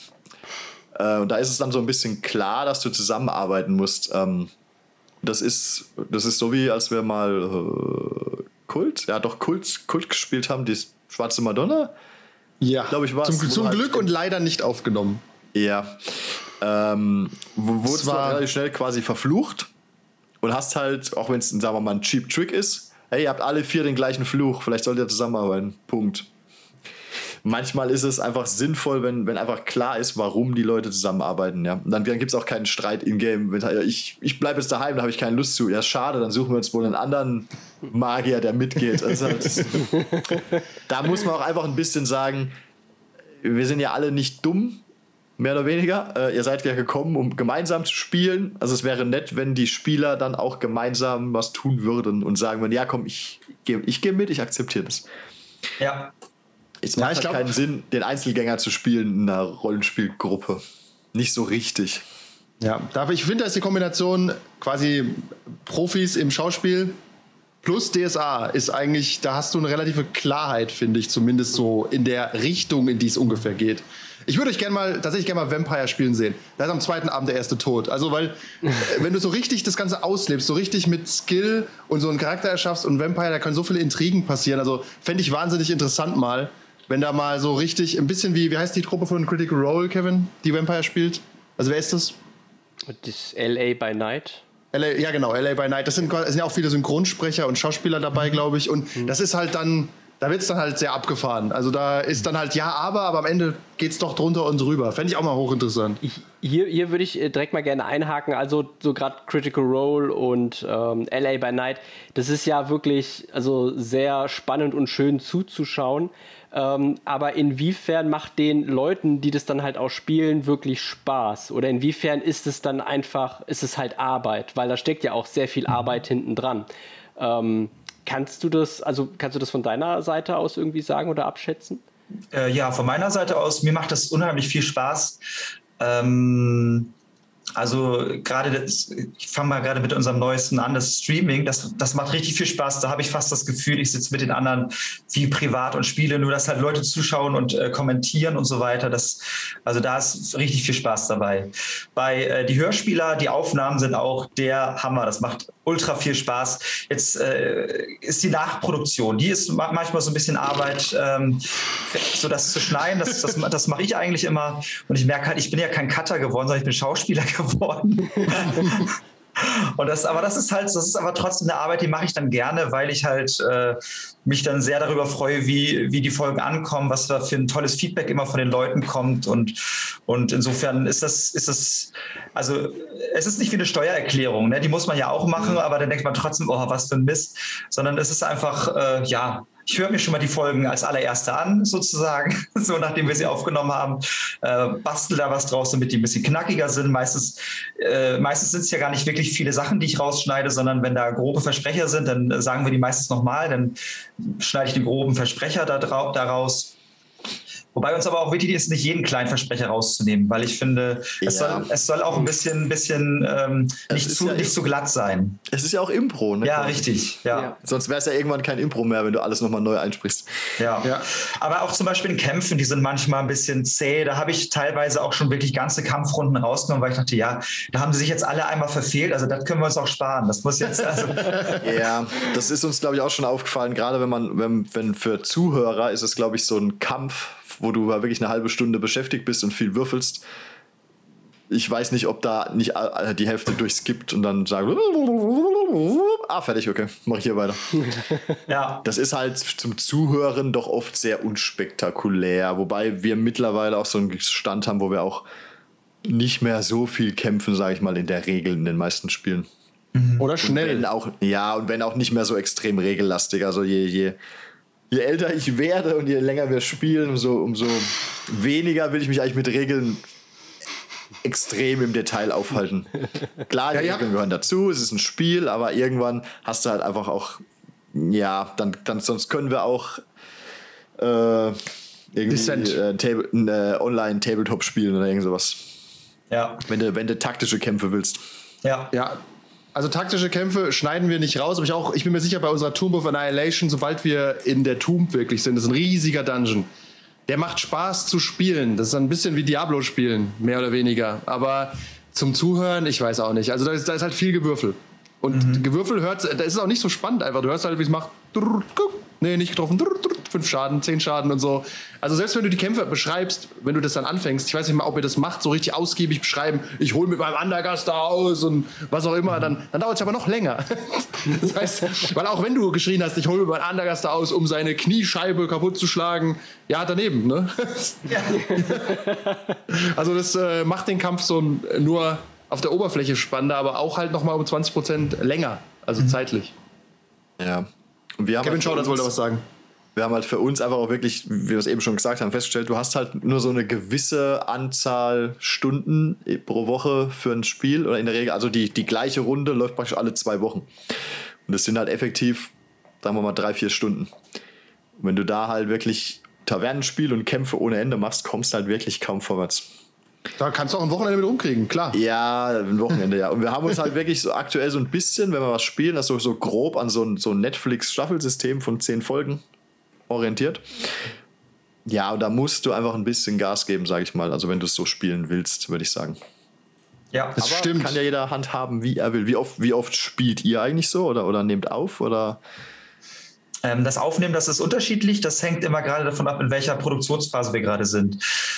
Und da ist es dann so ein bisschen klar, dass du zusammenarbeiten musst. Das ist so wie, als wir mal Kult gespielt haben, die Schwarze Madonna. Ja, glaube ich, war zum Glück und leider nicht aufgenommen. Ja. Wurdest du relativ schnell quasi verflucht und hast halt, auch wenn es, sagen wir mal, ein Cheap Trick ist, hey, ihr habt alle 4 den gleichen Fluch, vielleicht solltet ihr zusammenarbeiten. Punkt. Manchmal ist es einfach sinnvoll, wenn einfach klar ist, warum die Leute zusammenarbeiten. Ja? Und dann gibt es auch keinen Streit in-game. Ich bleibe jetzt daheim, da habe ich keine Lust zu. Ja, ist schade, dann suchen wir uns wohl einen anderen Magier, der mitgeht. Also, da muss man auch einfach ein bisschen sagen, wir sind ja alle nicht dumm, mehr oder weniger. Ihr seid ja gekommen, um gemeinsam zu spielen. Also es wäre nett, wenn die Spieler dann auch gemeinsam was tun würden und sagen würden, ja komm, ich gehe mit, ich akzeptiere das. Ja. Es macht halt keinen Sinn, den Einzelgänger zu spielen in einer Rollenspielgruppe. Nicht so richtig. Ja, ich finde, da ist die Kombination quasi Profis im Schauspiel plus DSA ist eigentlich, da hast du eine relative Klarheit, finde ich, zumindest so in der Richtung, in die es ungefähr geht. Ich würde euch tatsächlich gerne mal Vampire spielen sehen. Da ist am 2. Abend der erste tot. Also, weil, wenn du so richtig das Ganze auslebst, so richtig mit Skill und so einen Charakter erschaffst und Vampire, da können so viele Intrigen passieren. Also, fände ich wahnsinnig interessant mal, wenn da mal so richtig, ein bisschen wie heißt die Truppe von Critical Role, Kevin, die Vampire spielt? Also, wer ist das? Das LA by Night. Ja, genau, LA by Night. Das sind ja auch viele Synchronsprecher und Schauspieler dabei, glaube ich. Und das ist halt dann, da wird es dann halt sehr abgefahren. Also da ist dann halt aber am Ende geht es doch drunter und drüber. Fände ich auch mal hochinteressant. Hier würde ich direkt mal gerne einhaken. Also so gerade Critical Role und LA by Night, das ist ja wirklich also sehr spannend und schön zuzuschauen. Aber inwiefern macht den Leuten, die das dann halt auch spielen, wirklich Spaß? Oder inwiefern ist es dann einfach, ist es halt Arbeit? Weil da steckt ja auch sehr viel Arbeit hinten dran. Kannst du das von deiner Seite aus irgendwie sagen oder abschätzen? Ja, von meiner Seite aus, mir macht das unheimlich viel Spaß. Also ich fange mal gerade mit unserem neuesten an, das Streaming, das macht richtig viel Spaß. Da habe ich fast das Gefühl, ich sitze mit den anderen wie privat und spiele, nur dass halt Leute zuschauen und kommentieren und so weiter. Also da ist richtig viel Spaß dabei. Bei die Hörspieler, die Aufnahmen sind auch der Hammer. Das macht ultra viel Spaß. Jetzt ist die Nachproduktion, die ist manchmal so ein bisschen Arbeit, so das zu schneiden, das mache ich eigentlich immer. Und ich merke halt, ich bin ja kein Cutter geworden, sondern ich bin Schauspieler geworden. Und das ist aber trotzdem eine Arbeit, die mache ich dann gerne, weil ich halt mich dann sehr darüber freue, wie die Folgen ankommen, was da für ein tolles Feedback immer von den Leuten kommt und insofern ist das, also es ist nicht wie eine Steuererklärung, ne? Die muss man ja auch machen, aber dann denkt man trotzdem, oh, was für ein Mist, sondern es ist einfach, ich höre mir schon mal die Folgen als allererste an, sozusagen, so nachdem wir sie aufgenommen haben, bastel da was draus, damit die ein bisschen knackiger sind. Meistens sind es ja gar nicht wirklich viele Sachen, die ich rausschneide, sondern wenn da grobe Versprecher sind, dann sagen wir die meistens nochmal, dann schneide ich den groben Versprecher daraus. Wobei uns aber auch wichtig ist, nicht jeden kleinen Versprecher rauszunehmen, weil ich finde, es soll auch ein bisschen nicht zu glatt sein. Es ist ja auch Impro, ne? Ja, richtig. Ja. Sonst wäre es ja irgendwann kein Impro mehr, wenn du alles nochmal neu einsprichst. Ja. Aber auch zum Beispiel in Kämpfen, die sind manchmal ein bisschen zäh. Da habe ich teilweise auch schon wirklich ganze Kampfrunden rausgenommen, weil ich dachte, ja, da haben sie sich jetzt alle einmal verfehlt. Also das können wir uns auch sparen. Das muss jetzt Ja, das ist uns, glaube ich, auch schon aufgefallen. Gerade wenn für Zuhörer ist es, glaube ich, so ein Kampf, wo du wirklich eine halbe Stunde beschäftigt bist und viel würfelst. Ich weiß nicht, ob da nicht die Hälfte durchskippt und dann sagt, fertig, okay, mach ich hier weiter. Ja. Das ist halt zum Zuhören doch oft sehr unspektakulär, wobei wir mittlerweile auch so einen Stand haben, wo wir auch nicht mehr so viel kämpfen, sage ich mal, in der Regel in den meisten Spielen. Oder schnell. Und wenn auch nicht mehr so extrem regellastig. Also je älter ich werde und je länger wir spielen, umso weniger will ich mich eigentlich mit Regeln extrem im Detail aufhalten. Klar, die Regeln gehören dazu, es ist ein Spiel, aber irgendwann hast du halt einfach auch, dann sonst können wir auch irgendwie Online-Tabletop spielen oder irgend sowas. Ja. Wenn du taktische Kämpfe willst. Ja. Also taktische Kämpfe schneiden wir nicht raus, aber ich bin mir sicher, bei unserer Tomb of Annihilation, sobald wir in der Tomb wirklich sind, das ist ein riesiger Dungeon. Der macht Spaß zu spielen. Das ist ein bisschen wie Diablo spielen, mehr oder weniger. Aber zum Zuhören, ich weiß auch nicht. Also da ist halt viel Gewürfel. Und Gewürfel da ist es auch nicht so spannend einfach. Du hörst halt, wie es macht. Nee, nicht getroffen. 5 Schaden, 10 Schaden und so. Also selbst wenn du die Kämpfe beschreibst, wenn du das dann anfängst, ich weiß nicht mal, ob ihr das macht, so richtig ausgiebig beschreiben, ich hole mit meinem Undergaster aus und was auch immer, dann dauert es aber noch länger. Das heißt, weil auch wenn du geschrien hast, ich hole mit meinem Undergaster aus, um seine Kniescheibe kaputt zu schlagen, ja, daneben, ne? Ja. Also das macht den Kampf so nur auf der Oberfläche spannender, aber auch halt nochmal um 20% länger, also zeitlich. Ja. Und wir haben Kevin Schauders wollte was sagen. Wir haben halt für uns einfach auch wirklich, wie wir es eben schon gesagt haben, festgestellt, du hast halt nur so eine gewisse Anzahl Stunden pro Woche für ein Spiel oder in der Regel, also die gleiche Runde läuft praktisch alle 2 Wochen. Und das sind halt effektiv, sagen wir mal, 3-4 Stunden. Und wenn du da halt wirklich Tavernenspiel und Kämpfe ohne Ende machst, kommst du halt wirklich kaum vorwärts. Da kannst du auch ein Wochenende mit rumkriegen, klar. Ja, ein Wochenende, ja. Und wir haben uns halt wirklich so aktuell so ein bisschen, wenn wir was spielen, das so grob an so ein Netflix-Staffelsystem von 10 Folgen orientiert. Ja, und da musst du einfach ein bisschen Gas geben, sage ich mal. Also wenn du es so spielen willst, würde ich sagen. Ja, das stimmt. Kann ja jeder handhaben, wie er will. Wie oft spielt ihr eigentlich so oder nehmt auf? Oder? Das Aufnehmen, das ist unterschiedlich. Das hängt immer gerade davon ab, in welcher Produktionsphase wir gerade sind.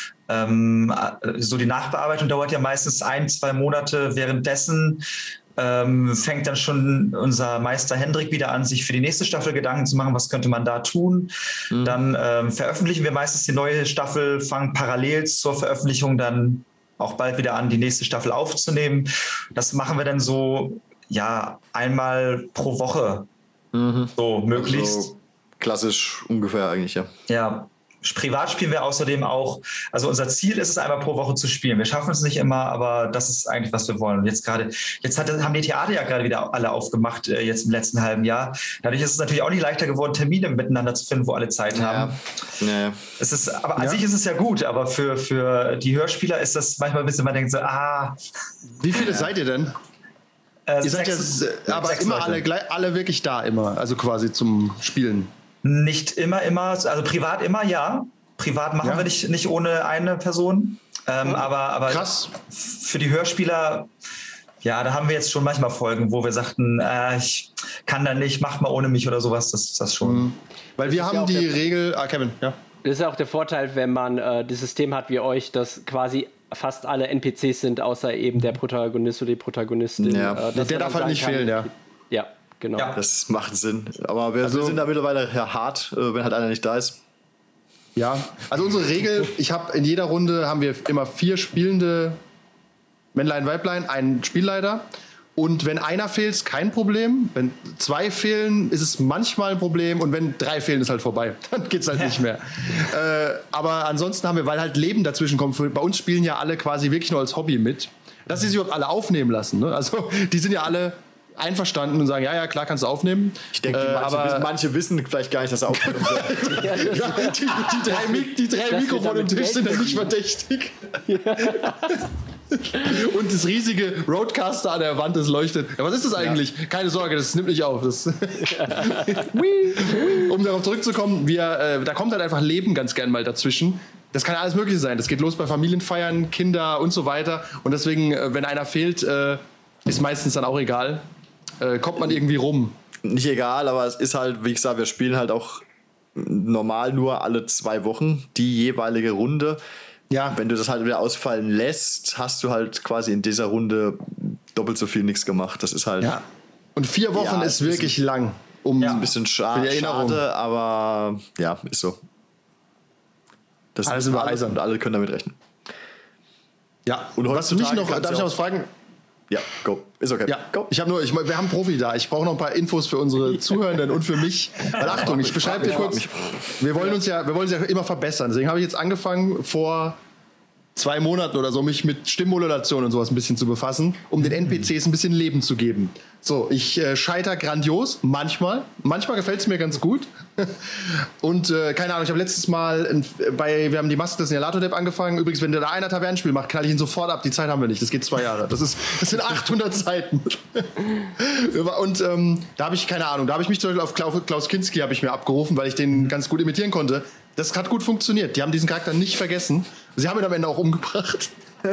So die Nachbearbeitung dauert ja meistens 1-2 Monate. Währenddessen fängt dann schon unser Meister Hendrik wieder an, sich für die nächste Staffel Gedanken zu machen, was könnte man da tun. Dann veröffentlichen wir meistens die neue Staffel, fangen parallel zur Veröffentlichung dann auch bald wieder an, die nächste Staffel aufzunehmen. Das machen wir dann so, einmal pro Woche. So möglichst. Also klassisch ungefähr eigentlich, ja. Ja. Privat spielen wir außerdem auch, also unser Ziel ist es, einmal pro Woche zu spielen. Wir schaffen es nicht immer, aber das ist eigentlich, was wir wollen. Und jetzt haben die Theater ja gerade wieder alle aufgemacht, jetzt im letzten halben Jahr. Dadurch ist es natürlich auch nicht leichter geworden, Termine miteinander zu finden, wo alle Zeit haben. Ja. Aber an sich ist es ja gut, aber für die Hörspieler ist das manchmal ein bisschen, man denkt so, Wie viele seid ihr denn? Ihr seid ja aber immer alle wirklich da immer, also quasi zum Spielen. Nicht immer, also privat immer, ja. Privat machen wir nicht ohne eine Person. Aber krass. Für die Hörspieler, da haben wir jetzt schon manchmal Folgen, wo wir sagten, ich kann da nicht, macht mal ohne mich oder sowas, das schon. Weil wir haben die Regel, Kevin, ja. Das ist auch der Vorteil, wenn man das System hat wie euch, dass quasi fast alle NPCs sind, außer eben der Protagonist oder die Protagonistin. Ja. Der darf halt nicht fehlen, ja. Ja. Genau. Ja. Das macht Sinn. Aber wir sind da mittlerweile hart, wenn halt einer nicht da ist. Ja, also unsere Regel, in jeder Runde haben wir immer 4 spielende Männlein, Weiblein, einen Spielleiter. Und wenn einer fehlt, ist kein Problem. Wenn 2 fehlen, ist es manchmal ein Problem. Und wenn 3 fehlen, ist halt vorbei. Dann geht's halt nicht mehr. Aber ansonsten haben wir, weil halt Leben dazwischen kommt, bei uns spielen ja alle quasi wirklich nur als Hobby mit. Dass sie sich überhaupt alle aufnehmen lassen. Ne? Also die sind ja alle einverstanden und sagen, ja, klar, kannst du aufnehmen. Ich denke, manche wissen vielleicht gar nicht, dass er aufgenommen wird. Die drei Mikrofone im Tisch sind dann nicht verdächtig. Und das riesige Roadcaster an der Wand, das leuchtet. Ja, was ist das eigentlich? Ja. Keine Sorge, das nimmt nicht auf. Um darauf zurückzukommen, da kommt halt einfach Leben ganz gern mal dazwischen. Das kann alles Mögliche sein. Das geht los bei Familienfeiern, Kinder und so weiter. Und deswegen, wenn einer fehlt, ist meistens dann auch egal. Kommt man irgendwie rum. Nicht egal, aber es ist halt, wie gesagt, wir spielen halt auch normal nur alle 2 Wochen die jeweilige Runde. Ja. Wenn du das halt wieder ausfallen lässt, hast du halt quasi in dieser Runde doppelt so viel nichts gemacht. Das ist halt... Ja. Und 4 Wochen ist wirklich lang. Ein bisschen schade, aber ja, ist so. Das alles über Eisern. Und alle können damit rechnen. Ja. Und was mich noch, darf ich noch was fragen? Ja, go. Ist okay. Ja, go. Wir haben einen Profi da. Ich brauche noch ein paar Infos für unsere Zuhörenden und für mich. Weil Achtung, ich beschreibe dir kurz. Wir wollen uns ja immer verbessern. Deswegen habe ich jetzt angefangen, vor 2 Monaten oder so, mich mit Stimmmodulation und sowas ein bisschen zu befassen, um den NPCs ein bisschen Leben zu geben. So, ich scheitere grandios, manchmal gefällt es mir ganz gut. Und keine Ahnung, ich habe letztes Mal wir haben die Maske des Nyarlathotep angefangen. Übrigens, wenn der da einer Tavernenspiel macht, knall ich ihn sofort ab. Die Zeit haben wir nicht, das geht 2 Jahre. Das sind 800 Seiten. Und da habe ich, keine Ahnung, da habe ich mich zum Beispiel auf Klaus Kinski habe ich mir abgerufen, weil ich den ganz gut imitieren konnte. Das hat gut funktioniert. Die haben diesen Charakter nicht vergessen. Sie haben ihn am Ende auch umgebracht.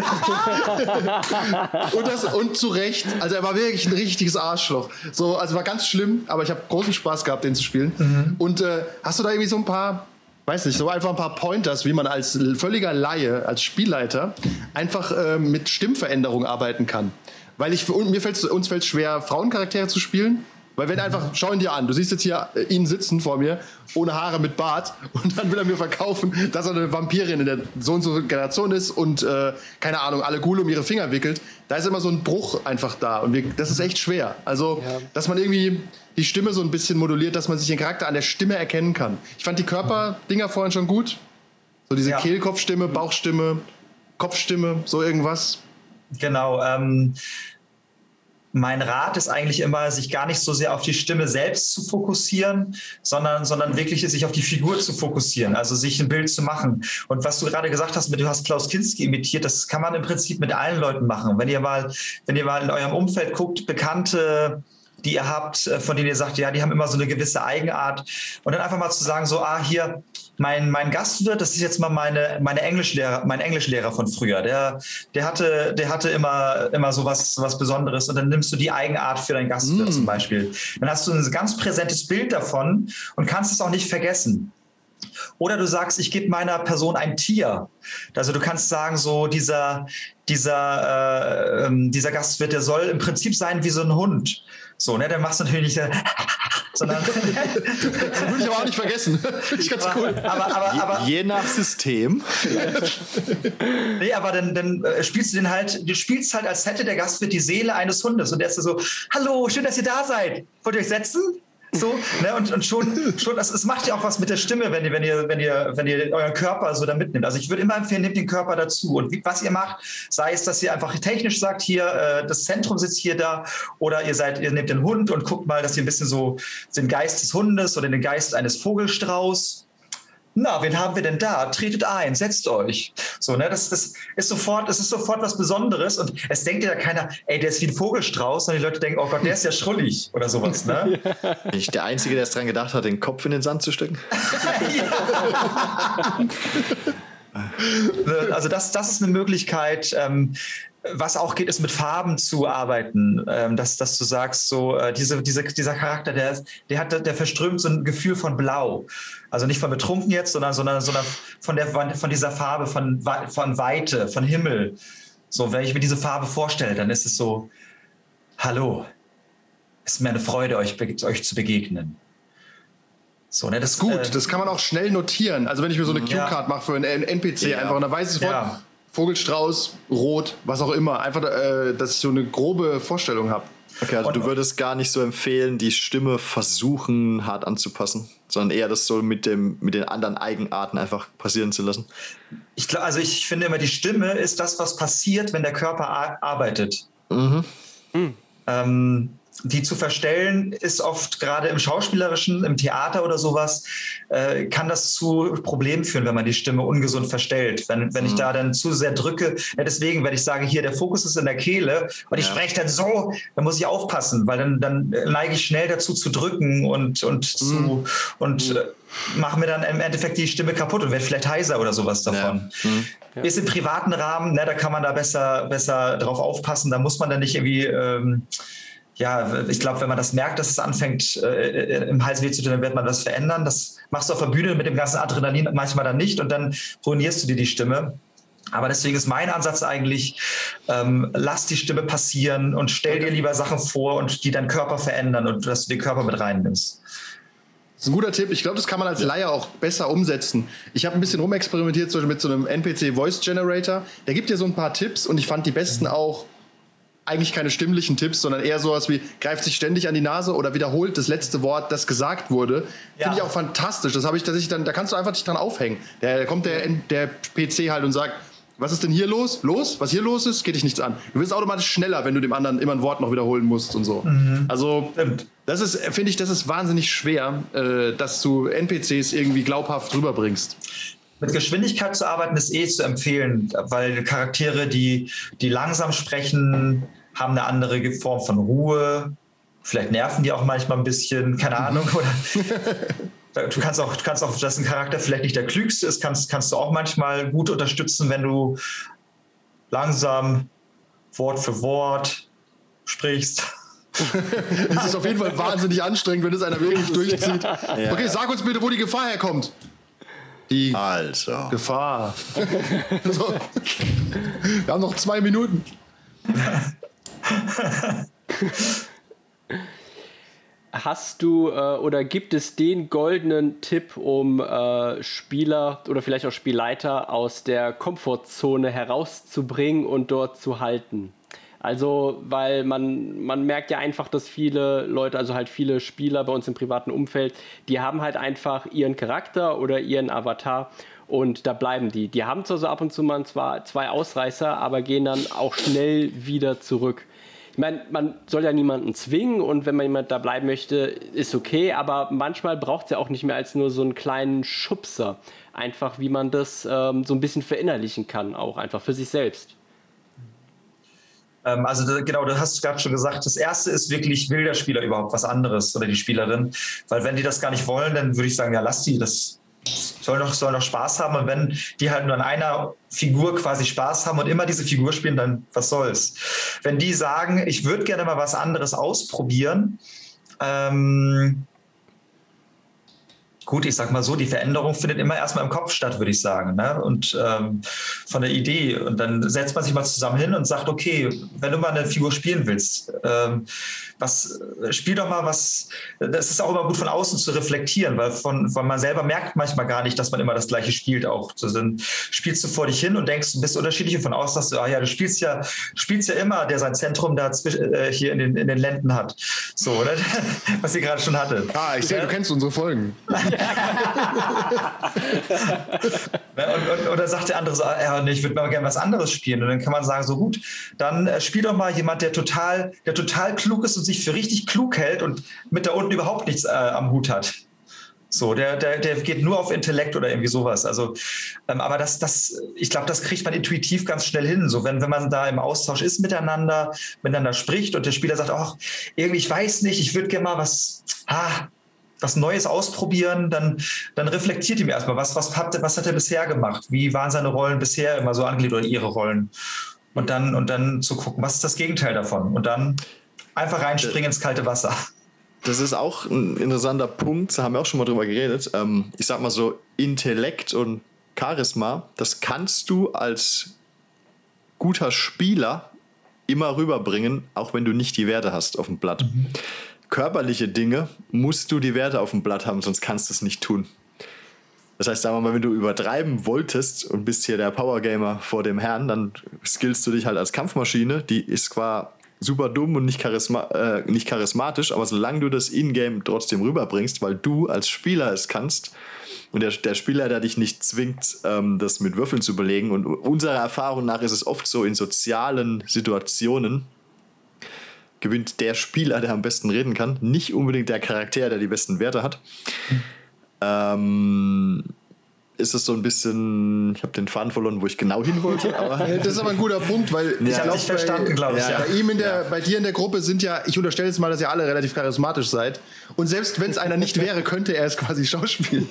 und zu Recht. Also er war wirklich ein richtiges Arschloch. So, also war ganz schlimm, aber ich habe großen Spaß gehabt, den zu spielen. Mhm. Und hast du da irgendwie so ein paar, weiß nicht, so einfach ein paar Pointers, wie man als völliger Laie, als Spielleiter einfach mit Stimmveränderung arbeiten kann? Weil uns fällt es schwer, Frauencharaktere zu spielen. Weil wenn einfach, schau ihn dir an, du siehst jetzt hier ihn sitzen vor mir, ohne Haare mit Bart, und dann will er mir verkaufen, dass er eine Vampirin in der so und so Generation ist und, keine Ahnung, alle Gule um ihre Finger wickelt. Da ist immer so ein Bruch einfach da und das ist echt schwer. Also, dass man irgendwie die Stimme so ein bisschen moduliert, dass man sich den Charakter an der Stimme erkennen kann. Ich fand die Körperdinger vorhin schon gut. So diese Kehlkopfstimme, Bauchstimme, Kopfstimme, so irgendwas. Genau, mein Rat ist eigentlich immer, sich gar nicht so sehr auf die Stimme selbst zu fokussieren, sondern wirklich sich auf die Figur zu fokussieren, also sich ein Bild zu machen. Und was du gerade gesagt hast, du hast Klaus Kinski imitiert, das kann man im Prinzip mit allen Leuten machen. Wenn ihr mal in eurem Umfeld guckt, Bekannte, die ihr habt, von denen ihr sagt, ja, die haben immer so eine gewisse Eigenart. Und dann einfach mal zu sagen, so, hier, mein Gastwirt, das ist jetzt mal mein Englischlehrer von früher. Der hatte immer so was Besonderes. Und dann nimmst du die Eigenart für deinen Gastwirt zum Beispiel. Dann hast du ein ganz präsentes Bild davon und kannst es auch nicht vergessen. Oder du sagst, ich gebe meiner Person ein Tier. Also du kannst sagen, so dieser Gastwirt, der soll im Prinzip sein wie so ein Hund. So, ne, dann machst du natürlich nicht, sondern würde ich aber auch nicht vergessen. Finde ich ganz cool. Aber je nach System. Nee, aber dann spielst du spielst halt, als hätte der Gastwirt die Seele eines Hundes und der ist so, hallo, schön, dass ihr da seid. Wollt ihr euch setzen? So, ne, und schon, es macht ja auch was mit der Stimme, wenn ihr euren Körper so da mitnimmt. Also ich würde immer empfehlen, nehmt den Körper dazu. Und was ihr macht, sei es, dass ihr einfach technisch sagt, hier, das Zentrum sitzt hier da, oder ihr nehmt den Hund und guckt mal, dass ihr ein bisschen so den Geist des Hundes oder den Geist eines Vogelstrauß. Na, wen haben wir denn da? Tretet ein, setzt euch. So, ne, das ist sofort was Besonderes und es denkt ja keiner, ey, der ist wie ein Vogelstrauß, sondern die Leute denken, oh Gott, der ist ja schrullig oder sowas, ne? Bin ich der Einzige, der es dran gedacht hat, den Kopf in den Sand zu stecken? Also das ist eine Möglichkeit. Was auch geht, ist mit Farben zu arbeiten, dass du sagst, so dieser Charakter, der verströmt so ein Gefühl von Blau, also nicht von betrunken jetzt, sondern von dieser Farbe, von Weite, von Himmel. So, wenn ich mir diese Farbe vorstelle, dann ist es so: Hallo, es ist mir eine Freude, euch zu begegnen. So, ne, das ist gut. Das kann man auch schnell notieren. Also wenn ich mir so eine Cue-Card mache für einen NPC, einfach, und dann weiß ich sofort. Ja. Vogelstrauß, Rot, was auch immer. Einfach, dass ich so eine grobe Vorstellung habe. Okay, also du würdest gar nicht so empfehlen, die Stimme versuchen hart anzupassen, sondern eher das so mit den anderen Eigenarten einfach passieren zu lassen. Ich finde immer, die Stimme ist das, was passiert, wenn der Körper arbeitet. Mhm. die zu verstellen ist oft gerade im Schauspielerischen, im Theater oder sowas, kann das zu Problemen führen, wenn man die Stimme ungesund verstellt. Wenn ich da dann zu sehr drücke, deswegen, wenn ich sage, hier, der Fokus ist in der Kehle und ich spreche dann so, dann muss ich aufpassen, weil dann neige ich schnell dazu zu drücken und mache mir dann im Endeffekt die Stimme kaputt und werde vielleicht heiser oder sowas davon. Ja. Ist im privaten Rahmen, da kann man da besser drauf aufpassen, da muss man dann nicht irgendwie... ich glaube, wenn man das merkt, dass es anfängt, im Hals weh zu tun, dann wird man das verändern. Das machst du auf der Bühne mit dem ganzen Adrenalin manchmal dann nicht und dann ruinierst du dir die Stimme. Aber deswegen ist mein Ansatz eigentlich, lass die Stimme passieren und stell dir lieber Sachen vor und die deinen Körper verändern und dass du den Körper mit reinnimmst. Das ist ein guter Tipp. Ich glaube, das kann man als Laie auch besser umsetzen. Ich habe ein bisschen rumexperimentiert, zum Beispiel mit so einem NPC Voice Generator. Der gibt dir so ein paar Tipps und ich fand die besten auch eigentlich keine stimmlichen Tipps, sondern eher sowas wie greift sich ständig an die Nase oder wiederholt das letzte Wort, das gesagt wurde. Finde ich auch fantastisch. Das habe ich tatsächlich dann, da kannst du einfach dich dran aufhängen. Da kommt der PC halt und sagt, was ist denn hier los? Was hier los ist, geht dich nichts an. Du wirst automatisch schneller, wenn du dem anderen immer ein Wort noch wiederholen musst und so. Also das ist wahnsinnig schwer, dass du NPCs irgendwie glaubhaft rüberbringst. Mit Geschwindigkeit zu arbeiten ist zu empfehlen, weil Charaktere, die langsam sprechen, haben eine andere Form von Ruhe. Vielleicht nerven die auch manchmal ein bisschen, keine Ahnung. Oder du kannst auch, dass ein Charakter vielleicht nicht der klügste ist, kannst du auch manchmal gut unterstützen, wenn du langsam Wort für Wort sprichst. Es ist auf jeden Fall wahnsinnig anstrengend, wenn es einer wirklich durchzieht. Ja. Okay, sag uns bitte, wo die Gefahr herkommt. Die Gefahr. So. Wir haben noch 2 Minuten. Hast du oder gibt es den goldenen Tipp, um Spieler oder vielleicht auch Spielleiter aus der Komfortzone herauszubringen und dort zu halten? Also, weil man merkt ja einfach, dass viele Leute, also halt viele Spieler bei uns im privaten Umfeld, die haben halt einfach ihren Charakter oder ihren Avatar und da bleiben die. Die haben zwar so ab und zu mal zwar 2 Ausreißer, aber gehen dann auch schnell wieder zurück. Ich meine, man soll ja niemanden zwingen und wenn man jemand da bleiben möchte, ist okay, aber manchmal braucht es ja auch nicht mehr als nur so einen kleinen Schubser. Einfach, wie man das so ein bisschen verinnerlichen kann, auch einfach für sich selbst. Also genau, du hast gerade schon gesagt, das Erste ist wirklich, will der Spieler überhaupt was anderes oder die Spielerin? Weil wenn die das gar nicht wollen, dann würde ich sagen, ja, lass die, das soll doch Spaß haben. Und wenn die halt nur an einer Figur quasi Spaß haben und immer diese Figur spielen, dann was soll's? Wenn die sagen, ich würde gerne mal was anderes ausprobieren, gut, ich sag mal so, die Veränderung findet immer erstmal im Kopf statt, würde ich sagen. Ne? Und von der Idee. Und dann setzt man sich mal zusammen hin und sagt, okay, wenn du mal eine Figur spielen willst, spiel doch mal was. Das ist auch immer gut von außen zu reflektieren, weil man selber merkt manchmal gar nicht, dass man immer das Gleiche spielt auch. So, dann spielst du vor dich hin und denkst, du bist unterschiedlich und von außen sagst du, du spielst ja immer, der sein Zentrum da hier in den Lenden hat. So, oder? Was ihr gerade schon hatte. Ich sehe, du kennst unsere Folgen. Oder sagt der andere so, ich würde mal gerne was anderes spielen. Und dann kann man sagen, so gut, dann spiel doch mal jemand, der total klug ist und sich für richtig klug hält und mit da unten überhaupt nichts am Hut hat. So, der geht nur auf Intellekt oder irgendwie sowas. Also, aber ich glaube, das kriegt man intuitiv ganz schnell hin. So, wenn man da im Austausch ist miteinander spricht und der Spieler sagt, irgendwie, ich weiß nicht, ich würde gerne mal was Neues ausprobieren, dann reflektiert ihm erstmal, was hat er bisher gemacht? Wie waren seine Rollen bisher immer so angelegt oder ihre Rollen? Und dann zu gucken, was ist das Gegenteil davon? Und dann einfach reinspringen ins kalte Wasser. Das ist auch ein interessanter Punkt, da haben wir auch schon mal drüber geredet. Ich sag mal so, Intellekt und Charisma, das kannst du als guter Spieler immer rüberbringen, auch wenn du nicht die Werte hast auf dem Blatt. Körperliche Dinge musst du die Werte auf dem Blatt haben, sonst kannst du es nicht tun. Das heißt, sagen wir mal, wenn du übertreiben wolltest und bist hier der Powergamer vor dem Herrn, dann skillst du dich halt als Kampfmaschine. Die ist zwar super dumm und nicht charismatisch, aber solange du das Ingame trotzdem rüberbringst, weil du als Spieler es kannst und der Spieler, der dich nicht zwingt, das mit Würfeln zu belegen, und unserer Erfahrung nach ist es oft so in sozialen Situationen, gewinnt der Spieler, der am besten reden kann. Nicht unbedingt der Charakter, der die besten Werte hat. Ist es so ein bisschen, ich habe den Faden verloren, wo ich genau hin wollte. Aber das ist aber ein guter Punkt, weil ich habe dich verstanden, glaube ich. Bei ihm bei dir in der Gruppe sind ja, ich unterstelle jetzt mal, dass ihr alle relativ charismatisch seid. Und selbst wenn es einer nicht wäre, könnte er es quasi schauspielen.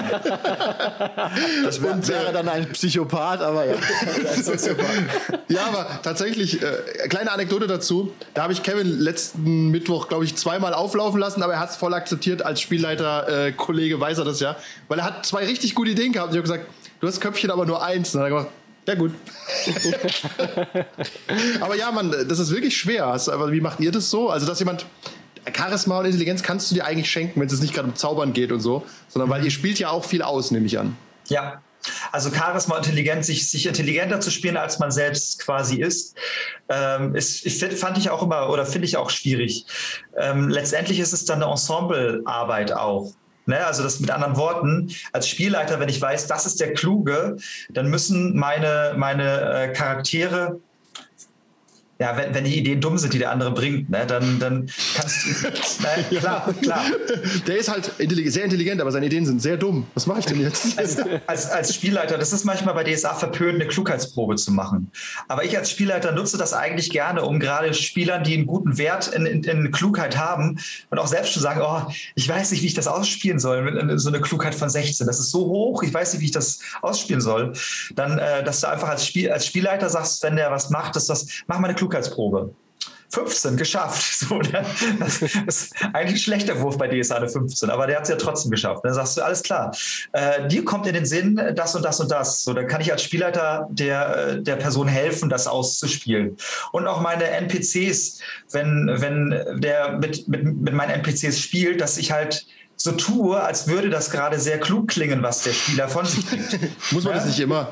Das wäre dann ein Psychopath, aber ja. Ja, aber tatsächlich, kleine Anekdote dazu. Da habe ich Kevin letzten Mittwoch, glaube ich, 2-mal auflaufen lassen, aber er hat es voll akzeptiert als Spielleiter. Kollege weiß er das ja. Weil er hat 2 richtig gute Ideen gehabt. Und ich habe gesagt, du hast Köpfchen, aber nur 1. Und dann hat er gesagt, ja gut. Aber ja, Mann, das ist wirklich schwer. Aber wie macht ihr das so? Also, dass jemand... Charisma und Intelligenz kannst du dir eigentlich schenken, wenn es nicht gerade um Zaubern geht und so, sondern weil ihr spielt ja auch viel aus, nehme ich an. Ja, also Charisma und Intelligenz, sich intelligenter zu spielen, als man selbst quasi ist, fand ich auch immer oder finde ich auch schwierig. Letztendlich ist es dann eine Ensemblearbeit auch. Ne, also das mit anderen Worten, als Spielleiter, wenn ich weiß, das ist der Kluge, dann müssen meine Charaktere, ja, wenn die Ideen dumm sind, die der andere bringt, ne, dann kannst du... klar. Der ist halt sehr intelligent, aber seine Ideen sind sehr dumm. Was mache ich denn jetzt? Als Spielleiter, das ist manchmal bei DSA verpönt, eine Klugheitsprobe zu machen. Aber ich als Spielleiter nutze das eigentlich gerne, um gerade Spielern, die einen guten Wert in Klugheit haben und auch selbst zu sagen, oh, ich weiß nicht, wie ich das ausspielen soll, so eine Klugheit von 16, das ist so hoch, ich weiß nicht, wie ich das ausspielen soll. Dann, dass du einfach als Spielleiter sagst, wenn der was macht, mach mal eine Klugheitsprobe. 15, geschafft. So, das ist eigentlich ein schlechter Wurf bei DSA, eine 15, aber der hat es ja trotzdem geschafft. Dann sagst du, alles klar, dir kommt in den Sinn, das und das und das. So, dann kann ich als Spielleiter der Person helfen, das auszuspielen. Und auch meine NPCs, wenn der mit meinen NPCs spielt, dass ich halt so tue, als würde das gerade sehr klug klingen, was der Spieler von sich gibt. Muss man das nicht immer?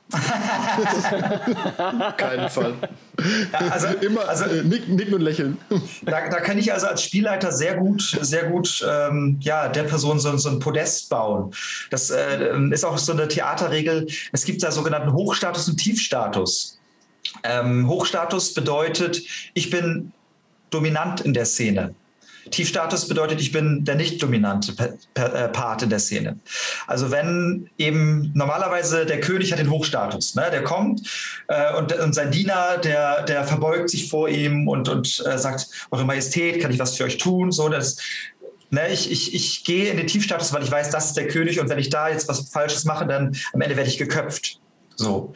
Keinen Fall. Ja, also nicken und lächeln. Da kann ich also als Spielleiter sehr gut der Person so ein Podest bauen. Das ist auch so eine Theaterregel. Es gibt da sogenannten Hochstatus und Tiefstatus. Hochstatus bedeutet, ich bin dominant in der Szene. Tiefstatus bedeutet, ich bin der nicht dominante Part in der Szene. Also wenn eben normalerweise der König hat den Hochstatus, ne? Der kommt und sein Diener, der verbeugt sich vor ihm und sagt, Eure Majestät, kann ich was für euch tun? So, ich gehe in den Tiefstatus, weil ich weiß, das ist der König und wenn ich da jetzt was Falsches mache, dann am Ende werde ich geköpft. So.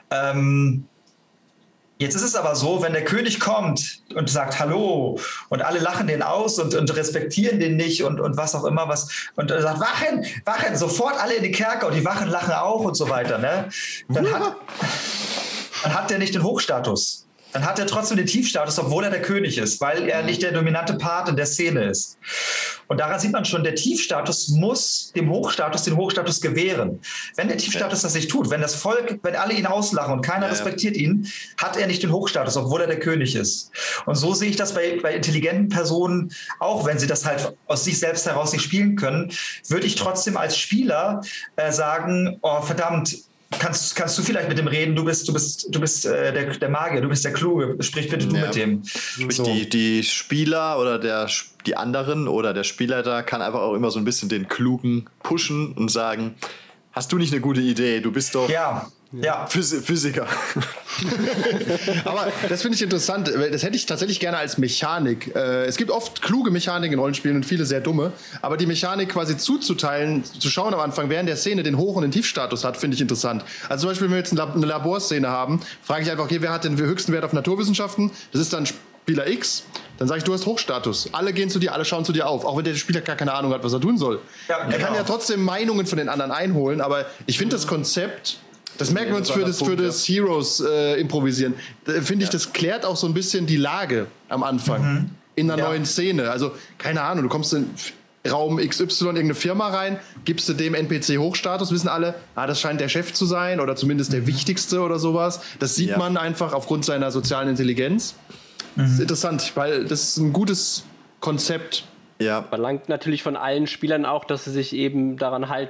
Jetzt ist es aber so, wenn der König kommt und sagt Hallo und alle lachen den aus und respektieren den nicht und was auch immer und er sagt Wachen, sofort alle in die Kerker und die Wachen lachen auch und so weiter, ne? Dann hat der nicht den Hochstatus. Dann hat er trotzdem den Tiefstatus, obwohl er der König ist, weil er nicht der dominante Part in der Szene ist. Und daran sieht man schon, der Tiefstatus muss dem Hochstatus den Hochstatus gewähren. Wenn der Tiefstatus das nicht tut, wenn das Volk, wenn alle ihn auslachen und keiner respektiert ihn, hat er nicht den Hochstatus, obwohl er der König ist. Und so sehe ich das bei intelligenten Personen auch, wenn sie das halt aus sich selbst heraus nicht spielen können, würde ich trotzdem als Spieler sagen, oh verdammt, Kannst du vielleicht mit dem reden? Du bist der Magier, du bist der Kluge. Sprich bitte du mit dem. So. Die Spieler oder die anderen oder der Spielleiter kann einfach auch immer so ein bisschen den Klugen pushen und sagen, hast du nicht eine gute Idee? Du bist doch Physiker. Aber das finde ich interessant. Das hätte ich tatsächlich gerne als Mechanik. Es gibt oft kluge Mechaniken in Rollenspielen und viele sehr dumme. Aber die Mechanik quasi zuzuteilen, zu schauen am Anfang, wer in der Szene den Hoch- und den Tiefstatus hat, finde ich interessant. Also zum Beispiel, wenn wir jetzt eine Laborszene haben, frage ich einfach, okay, wer hat den höchsten Wert auf Naturwissenschaften? Das ist dann Spieler X. Dann sage ich, du hast Hochstatus. Alle gehen zu dir, alle schauen zu dir auf. Auch wenn der Spieler gar keine Ahnung hat, was er tun soll. Ja, genau. Er kann ja trotzdem Meinungen von den anderen einholen. Aber ich finde das Konzept... Das merken wir uns für das Heroes improvisieren. Finde ich, das klärt auch so ein bisschen die Lage am Anfang in einer neuen Szene. Also, keine Ahnung, du kommst in Raum XY, irgendeine Firma rein, gibst du dem NPC Hochstatus, wissen alle, das scheint der Chef zu sein oder zumindest der Wichtigste oder sowas. Das sieht man einfach aufgrund seiner sozialen Intelligenz. Das ist interessant, weil das ist ein gutes Konzept. Ja. Verlangt natürlich von allen Spielern auch, dass sie sich eben daran halten.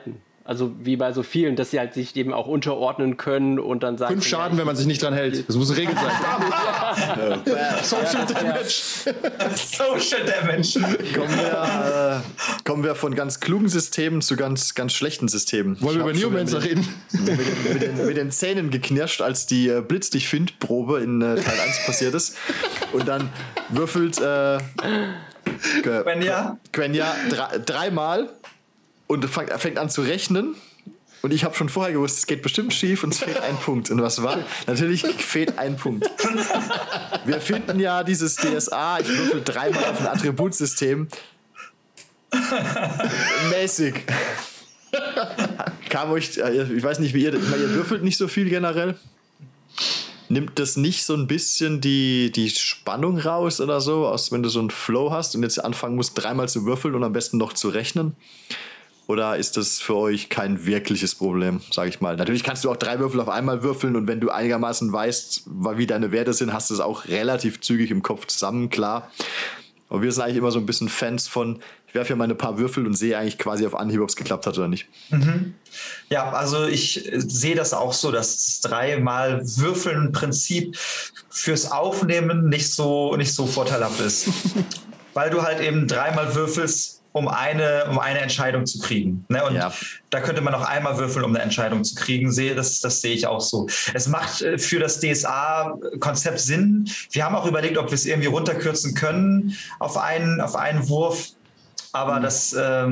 Also wie bei so vielen, dass sie halt sich eben auch unterordnen können und dann sagen... 5 Schaden, wenn man sich nicht dran hält. Das muss eine Regel sein. Social Damage. Social Damage. Kommen wir von ganz klugen Systemen zu ganz, ganz schlechten Systemen. Wollen wir über Neomancer reden? Mit den Zähnen geknirscht, als die Blitz dich Find-Probe in Teil 1 passiert ist. Und dann würfelt Quenya dreimal und fängt an zu rechnen. Und ich habe schon vorher gewusst, es geht bestimmt schief und es fehlt ein Punkt. Und was war? Natürlich fehlt ein Punkt. Wir finden ja dieses DSA, ich würfel dreimal auf ein Attributsystem. Mäßig. Kam euch, ich weiß nicht, wie ihr würfelt nicht so viel generell. Nimmt das nicht so ein bisschen die Spannung raus oder so, aus wenn du so einen Flow hast und jetzt anfangen musst, dreimal zu würfeln und am besten noch zu rechnen? Oder ist das für euch kein wirkliches Problem, sage ich mal? Natürlich kannst du auch 3 Würfel auf einmal würfeln und wenn du einigermaßen weißt, wie deine Werte sind, hast du es auch relativ zügig im Kopf zusammen, klar. Aber wir sind eigentlich immer so ein bisschen Fans von, ich werfe ja mal ein paar Würfel und sehe eigentlich quasi auf Anhieb, ob es geklappt hat oder nicht. Mhm. Ja, also ich sehe das auch so, dass das 3-mal Würfeln Prinzip fürs Aufnehmen nicht so vorteilhaft ist. Weil du halt eben 3-mal würfelst, um eine Entscheidung zu kriegen. Ne? Und da könnte man noch einmal würfeln, um eine Entscheidung zu kriegen. Das sehe ich auch so. Es macht für das DSA-Konzept Sinn. Wir haben auch überlegt, ob wir es irgendwie runterkürzen können auf einen Wurf. Aber das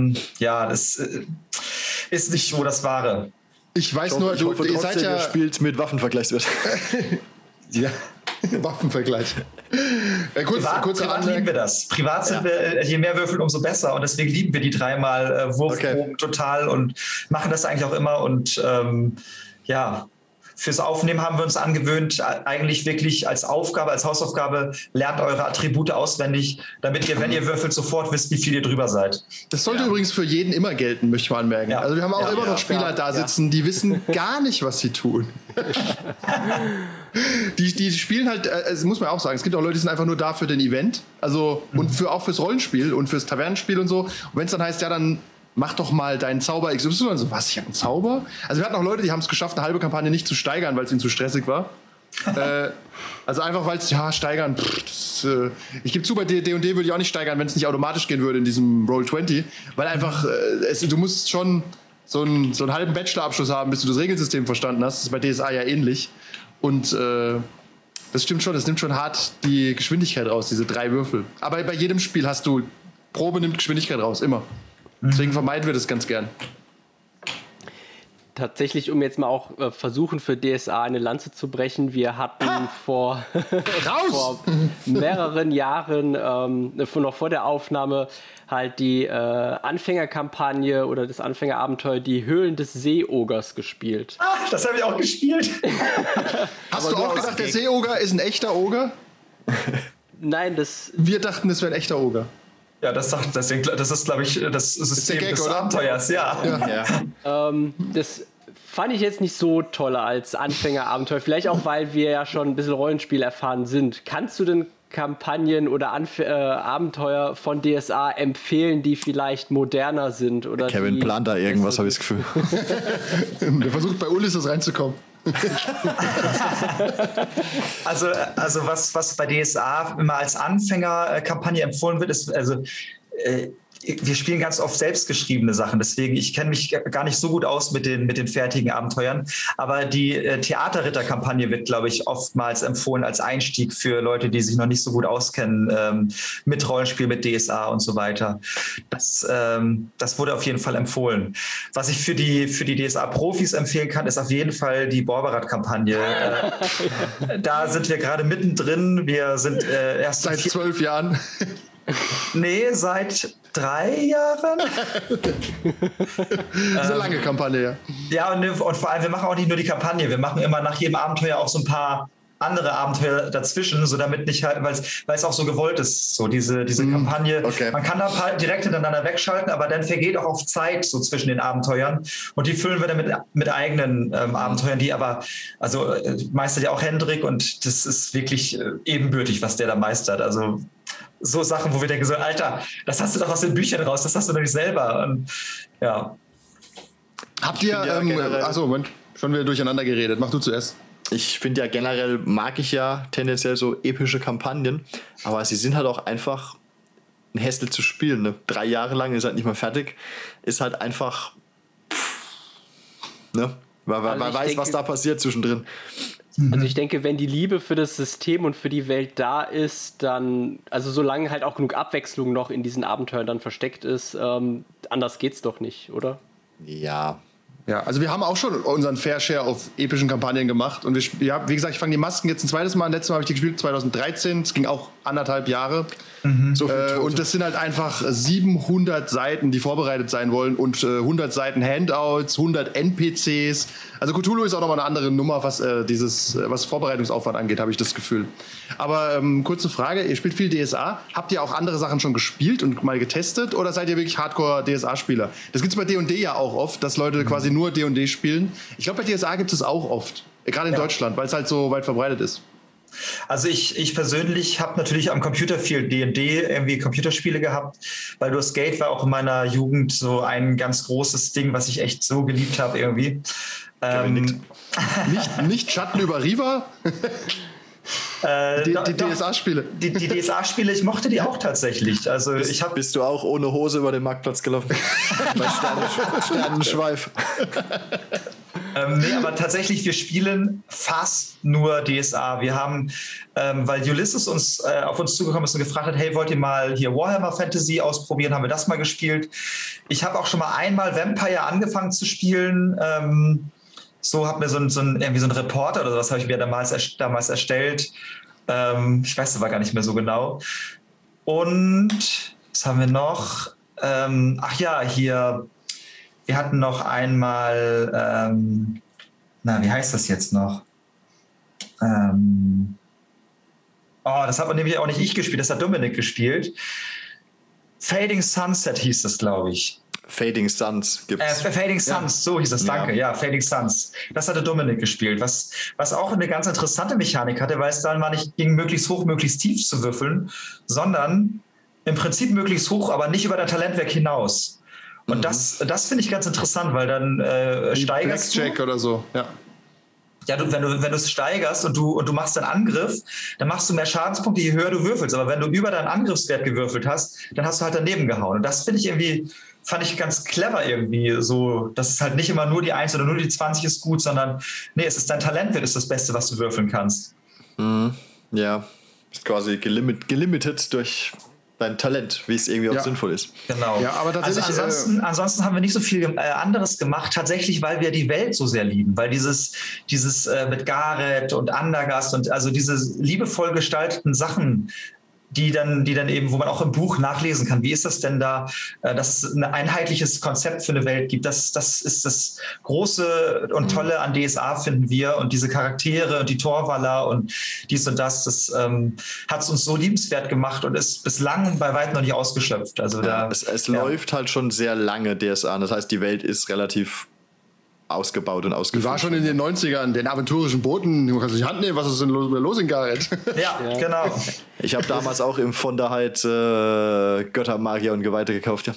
ist nicht so das Wahre. Ich weiß ihr seid ja... Ihr spielt mit Waffenvergleichswert. Ja. Waffenvergleich. Privat lieben wir das. Privat sind wir, je mehr Würfeln, umso besser. Und deswegen lieben wir die 3-mal Wurfproben total und machen das eigentlich auch immer. Und fürs Aufnehmen haben wir uns angewöhnt, eigentlich wirklich als Hausaufgabe, lernt eure Attribute auswendig, damit ihr, wenn ihr würfelt, sofort wisst, wie viel ihr drüber seid. Das sollte übrigens für jeden immer gelten, möchte ich mal anmerken. Ja. Also wir haben auch immer noch Spieler da sitzen, die wissen gar nicht, was sie tun. Die spielen halt, das muss man auch sagen, es gibt auch Leute, die sind einfach nur da für den Event, also und auch fürs Rollenspiel und fürs Tavernenspiel und so. Und wenn es dann heißt, ja, dann mach doch mal deinen Zauber XY. Und so, was, ich habe einen Zauber? Also wir hatten auch Leute, die haben es geschafft, eine halbe Kampagne nicht zu steigern, weil es ihnen zu stressig war. Also einfach, weil es, steigern, ich gebe zu, bei D&D würde ich auch nicht steigern, wenn es nicht automatisch gehen würde in diesem Roll20, weil einfach, du musst schon so einen halben Bachelorabschluss haben, bis du das Regelsystem verstanden hast. Das ist bei DSA ja ähnlich. Und das stimmt schon, das nimmt schon hart die Geschwindigkeit raus, diese 3 Würfel. Aber bei jedem Spiel hast du, Probe nimmt Geschwindigkeit raus, immer. Deswegen vermeiden wir das ganz gern. Tatsächlich, um jetzt mal auch versuchen, für DSA eine Lanze zu brechen, wir hatten vor mehreren Jahren, noch vor der Aufnahme, halt die Anfängerkampagne oder das Anfängerabenteuer Die Höhlen des Seeogers gespielt. Das habe ich auch gespielt. Hast du auch gedacht, der Seeoger ist ein echter Oger? Nein, wir dachten, das wäre ein echter Oger. Ja, das ist, glaube ich, das System des Abenteuers, das fand ich jetzt nicht so toll als Anfängerabenteuer. Vielleicht auch, weil wir ja schon ein bisschen Rollenspiel erfahren sind. Kannst du denn Kampagnen oder Abenteuer von DSA empfehlen, die vielleicht moderner sind? Oder Kevin plant da irgendwas, habe ich das Gefühl. Der versucht bei Ulysses reinzukommen. Also was bei DSA immer als Anfängerkampagne empfohlen wird, ist, wir spielen ganz oft selbstgeschriebene Sachen, deswegen, ich kenne mich gar nicht so gut aus mit den fertigen Abenteuern, aber die Theaterritter-Kampagne wird, glaube ich, oftmals empfohlen als Einstieg für Leute, die sich noch nicht so gut auskennen mit Rollenspiel, mit DSA und so weiter. Das wurde auf jeden Fall empfohlen. Was ich für die DSA-Profis empfehlen kann, ist auf jeden Fall die Borberat-Kampagne. Da sind wir gerade mittendrin. Wir sind erst seit 12 Jahren. Nee, seit 3 Jahren. Das ist eine lange Kampagne, ja. Ja, und vor allem, wir machen auch nicht nur die Kampagne, wir machen immer nach jedem Abenteuer auch so ein paar andere Abenteuer dazwischen, so damit nicht halt, weil es auch so gewollt ist, so diese Kampagne. Okay. Man kann da direkt hintereinander wegschalten, aber dann vergeht auch auf Zeit so zwischen den Abenteuern und die füllen wir dann mit eigenen Abenteuern, die aber, also meistert ja auch Hendrik und das ist wirklich ebenbürtig, was der da meistert, also so Sachen, wo wir denken so, Alter, das hast du doch aus den Büchern raus, das hast du doch nicht selber. Und, ja. Habt ihr, achso, Moment, schon wieder durcheinander geredet. Mach du zuerst. Ich finde ja generell, mag ich ja tendenziell so epische Kampagnen, aber sie sind halt auch einfach ein Hassel zu spielen. Ne? 3 Jahre lang ist halt nicht mal fertig. Ist halt einfach, ne? Weil man weiß, was da passiert zwischendrin. Also ich denke, wenn die Liebe für das System und für die Welt da ist, dann, also solange halt auch genug Abwechslung noch in diesen Abenteuern dann versteckt ist, anders geht's doch nicht, oder? Ja. Ja, also wir haben auch schon unseren Fair Share auf epischen Kampagnen gemacht. Und wie gesagt, ich fange die Masken jetzt ein zweites Mal. Letztes Mal habe ich die gespielt, 2013. Es ging auch 1,5 Jahre. So und das sind halt einfach 700 Seiten, die vorbereitet sein wollen und 100 Seiten Handouts, 100 NPCs. Also Cthulhu ist auch nochmal eine andere Nummer, was Vorbereitungsaufwand angeht, habe ich das Gefühl. Aber kurze Frage, ihr spielt viel DSA. Habt ihr auch andere Sachen schon gespielt und mal getestet oder seid ihr wirklich Hardcore-DSA-Spieler? Das gibt es bei D&D ja auch oft, dass Leute quasi nur D&D spielen. Ich glaube, bei DSA gibt es auch oft. Gerade in Deutschland, weil es halt so weit verbreitet ist. Also ich persönlich habe natürlich am Computer viel D&D, irgendwie Computerspiele gehabt. Baldur's Gate war auch in meiner Jugend so ein ganz großes Ding, was ich echt so geliebt habe irgendwie. Nicht Schatten über Riva? Die DSA-Spiele. Die DSA-Spiele, ich mochte die auch tatsächlich. Also Bist du auch ohne Hose über den Marktplatz gelaufen? Bei Sternenschweif. Nee, aber tatsächlich, wir spielen fast nur DSA. Wir haben, weil Ulysses auf uns zugekommen ist und gefragt hat, hey, wollt ihr mal hier Warhammer Fantasy ausprobieren? Haben wir das mal gespielt? Ich habe auch schon mal einmal Vampire angefangen zu spielen. So hat mir so ein Reporter oder sowas habe ich mir damals erstellt. Ich weiß aber gar nicht mehr so genau. Und was haben wir noch? Hier, wir hatten noch einmal, wie heißt das jetzt noch? Das hat nämlich auch nicht ich gespielt, das hat Dominik gespielt. Fading Sunset hieß das, glaube ich. Fading Suns gibt's. Fading Suns, so hieß es, danke. Ja, Fading Suns. Das hatte Dominik gespielt, was auch eine ganz interessante Mechanik hatte, weil es dann mal nicht ging, möglichst hoch, möglichst tief zu würfeln, sondern im Prinzip möglichst hoch, aber nicht über dein Talentwerk hinaus. Und das finde ich ganz interessant, weil dann steigerst Blackjack oder so, ja. Ja, wenn du es steigerst und du machst einen Angriff, dann machst du mehr Schadenspunkte, je höher du würfelst. Aber wenn du über deinen Angriffswert gewürfelt hast, dann hast du halt daneben gehauen. Und das fand ich ganz clever irgendwie, so, dass es halt nicht immer nur die 1 oder nur die 20 ist gut, sondern es ist dein Talentwert, ist das Beste, was du würfeln kannst. Ja, ist quasi gelimitet durch dein Talent, wie es irgendwie auch sinnvoll ist. Genau. Ja, aber tatsächlich, ansonsten haben wir nicht so viel anderes gemacht, tatsächlich, weil wir die Welt so sehr lieben, weil dieses mit Gareth und Andergast und also diese liebevoll gestalteten Sachen, die dann eben, wo man auch im Buch nachlesen kann, wie ist das denn da, dass es ein einheitliches Konzept für eine Welt gibt. Das ist das Große und Tolle an DSA, finden wir. Und diese Charaktere und die Torwaller und dies und das hat es uns so liebenswert gemacht und ist bislang bei weitem noch nicht ausgeschöpft. Also es läuft halt schon sehr lange DSA. Das heißt, die Welt ist relativ ausgebaut und ausgeführt. Die war schon in den 90ern, den aventurischen Booten, du kannst nicht Hand nehmen, was ist denn los in Gareth? Ja, genau. Ich habe damals auch im von der Heid Götter, Magier und Geweihte gekauft, ja.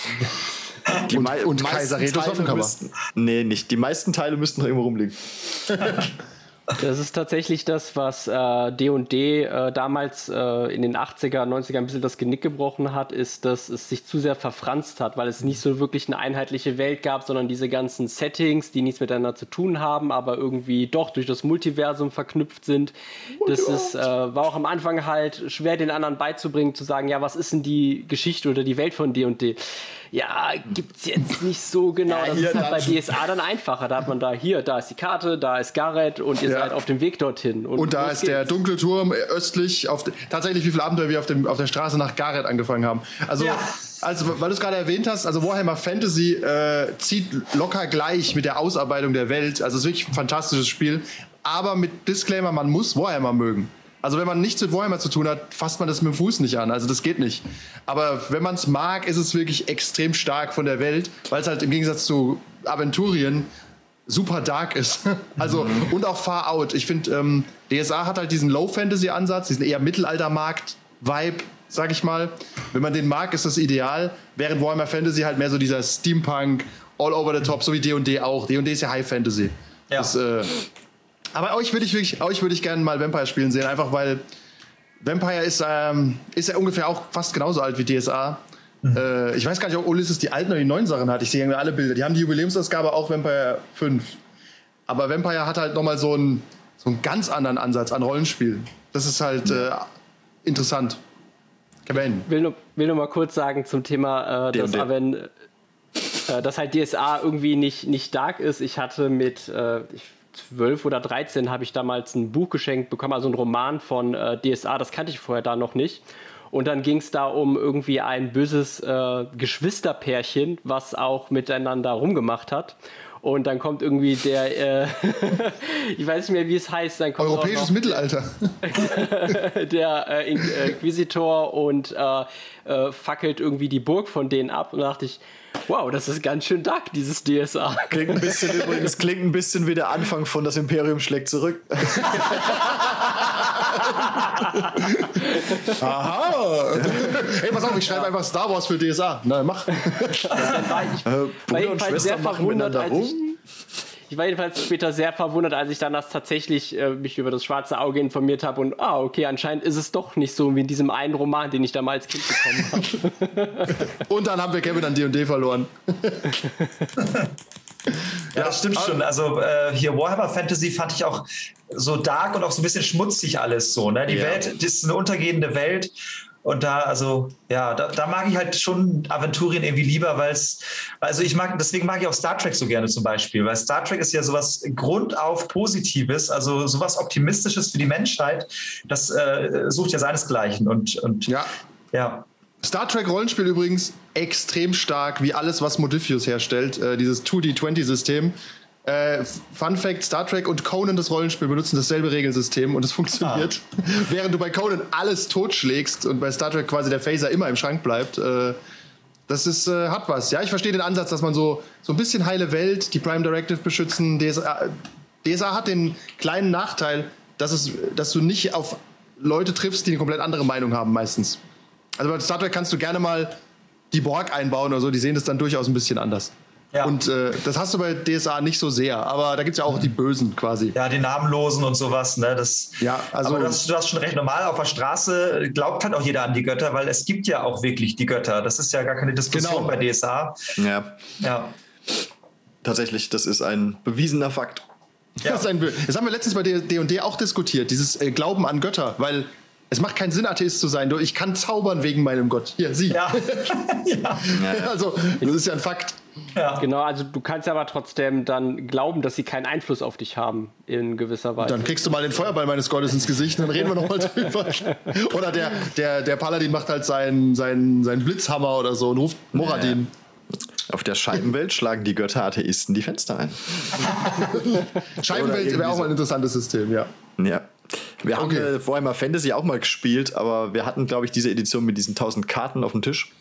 Und Kaiser Retus Waffenkammer. Die meisten Teile müssten noch irgendwo rumliegen. Das ist tatsächlich das, was D&D damals in den 80er, 90er ein bisschen das Genick gebrochen hat, ist, dass es sich zu sehr verfranst hat, weil es nicht so wirklich eine einheitliche Welt gab, sondern diese ganzen Settings, die nichts miteinander zu tun haben, aber irgendwie doch durch das Multiversum verknüpft sind. Das war auch am Anfang halt schwer, den anderen beizubringen, zu sagen, ja, was ist denn die Geschichte oder die Welt von D&D? Ja, gibt's jetzt nicht so genau. Das ist halt bei DSA dann einfacher. Da hat man da ist die Karte, da ist Gareth und ihr seid auf dem Weg dorthin. Und da ist der dunkle Turm östlich. Tatsächlich, wie viele Abenteuer wir auf der Straße nach Gareth angefangen haben. Also, weil du es gerade erwähnt hast, also Warhammer Fantasy zieht locker gleich mit der Ausarbeitung der Welt. Also es ist wirklich ein fantastisches Spiel. Aber mit Disclaimer, man muss Warhammer mögen. Also wenn man nichts mit Warhammer zu tun hat, fasst man das mit dem Fuß nicht an. Also das geht nicht. Aber wenn man es mag, ist es wirklich extrem stark von der Welt, weil es halt im Gegensatz zu Aventurien super dark ist. Also und auch Far Out. Ich finde, DSA hat halt diesen Low-Fantasy-Ansatz, diesen eher Mittelalter-Markt-Vibe, sag ich mal. Wenn man den mag, ist das ideal. Während Warhammer Fantasy halt mehr so dieser Steampunk all over the top, so wie D&D auch. D&D ist ja High Fantasy. Ja. Das, aber euch würde ich gerne mal Vampire spielen sehen, einfach weil Vampire ist ja ungefähr auch fast genauso alt wie DSA. Ich weiß gar nicht, ob Ulysses die alten oder die neuen Sachen hat. Ich sehe irgendwie alle Bilder. Die haben die Jubiläumsausgabe auch Vampire 5. Aber Vampire hat halt nochmal so einen ganz anderen Ansatz an Rollenspiel. Das ist halt interessant. Kevin. Will nur mal kurz sagen zum Thema, dass halt DSA irgendwie nicht dark ist. Ich hatte mit 12 oder 13 habe ich damals ein Buch geschenkt bekommen, also ein Roman von DSA, das kannte ich vorher da noch nicht. Und dann ging es da um irgendwie ein böses Geschwisterpärchen, was auch miteinander rumgemacht hat. Und dann kommt irgendwie der, ich weiß nicht mehr, wie es heißt. Dann kommt europäisches Mittelalter. Der Inquisitor und fackelt irgendwie die Burg von denen ab. Und da dachte ich, wow, das ist ganz schön dark, dieses DSA. Klingt ein bisschen wie der Anfang von Das Imperium schlägt zurück. Aha! Hey, pass auf, ich schreibe einfach Star Wars für DSA. Na, mach. War jedenfalls sehr verwundert, ich war jedenfalls später sehr verwundert, als ich dann tatsächlich mich über das schwarze Auge informiert habe und okay, anscheinend ist es doch nicht so wie in diesem einen Roman, den ich damals als Kind bekommen habe. Und dann haben wir Kevin an D&D verloren. Ja, das stimmt schon. Also hier Warhammer Fantasy fand ich auch so dark und auch so ein bisschen schmutzig alles so. Ne? Die Welt, das ist eine untergehende Welt. Und da mag ich halt schon Aventurien irgendwie lieber, deswegen mag ich auch Star Trek so gerne zum Beispiel, weil Star Trek ist ja sowas grundauf Positives, also sowas Optimistisches für die Menschheit, das sucht ja seinesgleichen und ja. Star Trek Rollenspiel übrigens extrem stark, wie alles, was Modiphius herstellt, dieses 2D20-System. Fun Fact, Star Trek und Conan, das Rollenspiel, benutzen dasselbe Regelsystem und es funktioniert. Während du bei Conan alles totschlägst und bei Star Trek quasi der Phaser immer im Schrank bleibt. Das ist, hat was. Ja, ich verstehe den Ansatz, dass man so ein bisschen heile Welt, die Prime Directive beschützen. DSA hat den kleinen Nachteil, dass du nicht auf Leute triffst, die eine komplett andere Meinung haben meistens. Also bei Star Trek kannst du gerne mal die Borg einbauen oder so, die sehen das dann durchaus ein bisschen anders. Ja. Und das hast du bei DSA nicht so sehr, aber da gibt es ja auch die Bösen quasi. Ja, die Namenlosen und sowas. Ne? Aber du hast schon recht, normal auf der Straße glaubt halt auch jeder an die Götter, weil es gibt ja auch wirklich die Götter. Das ist ja gar keine Diskussion bei DSA. Ja. Tatsächlich, das ist ein bewiesener Fakt. Ja. Das haben wir letztens bei D&D auch diskutiert, dieses Glauben an Götter, weil es macht keinen Sinn, Atheist zu sein. Ich kann zaubern wegen meinem Gott. Hier, sieh. Ja. Also, das ist ja ein Fakt. Ja. Genau, also du kannst aber trotzdem dann glauben, dass sie keinen Einfluss auf dich haben, in gewisser Weise. Dann kriegst du mal den Feuerball meines Gottes ins Gesicht und dann reden wir nochmal drüber. Oder der Paladin macht halt seinen Blitzhammer oder so und ruft Moradin. Auf der Scheibenwelt schlagen die Götter Atheisten die Fenster ein. Scheibenwelt wäre auch mal ein interessantes System, ja. Ja. Wir haben Warhammer Fantasy auch mal gespielt, aber wir hatten, glaube ich, diese Edition mit diesen 1000 Karten auf dem Tisch.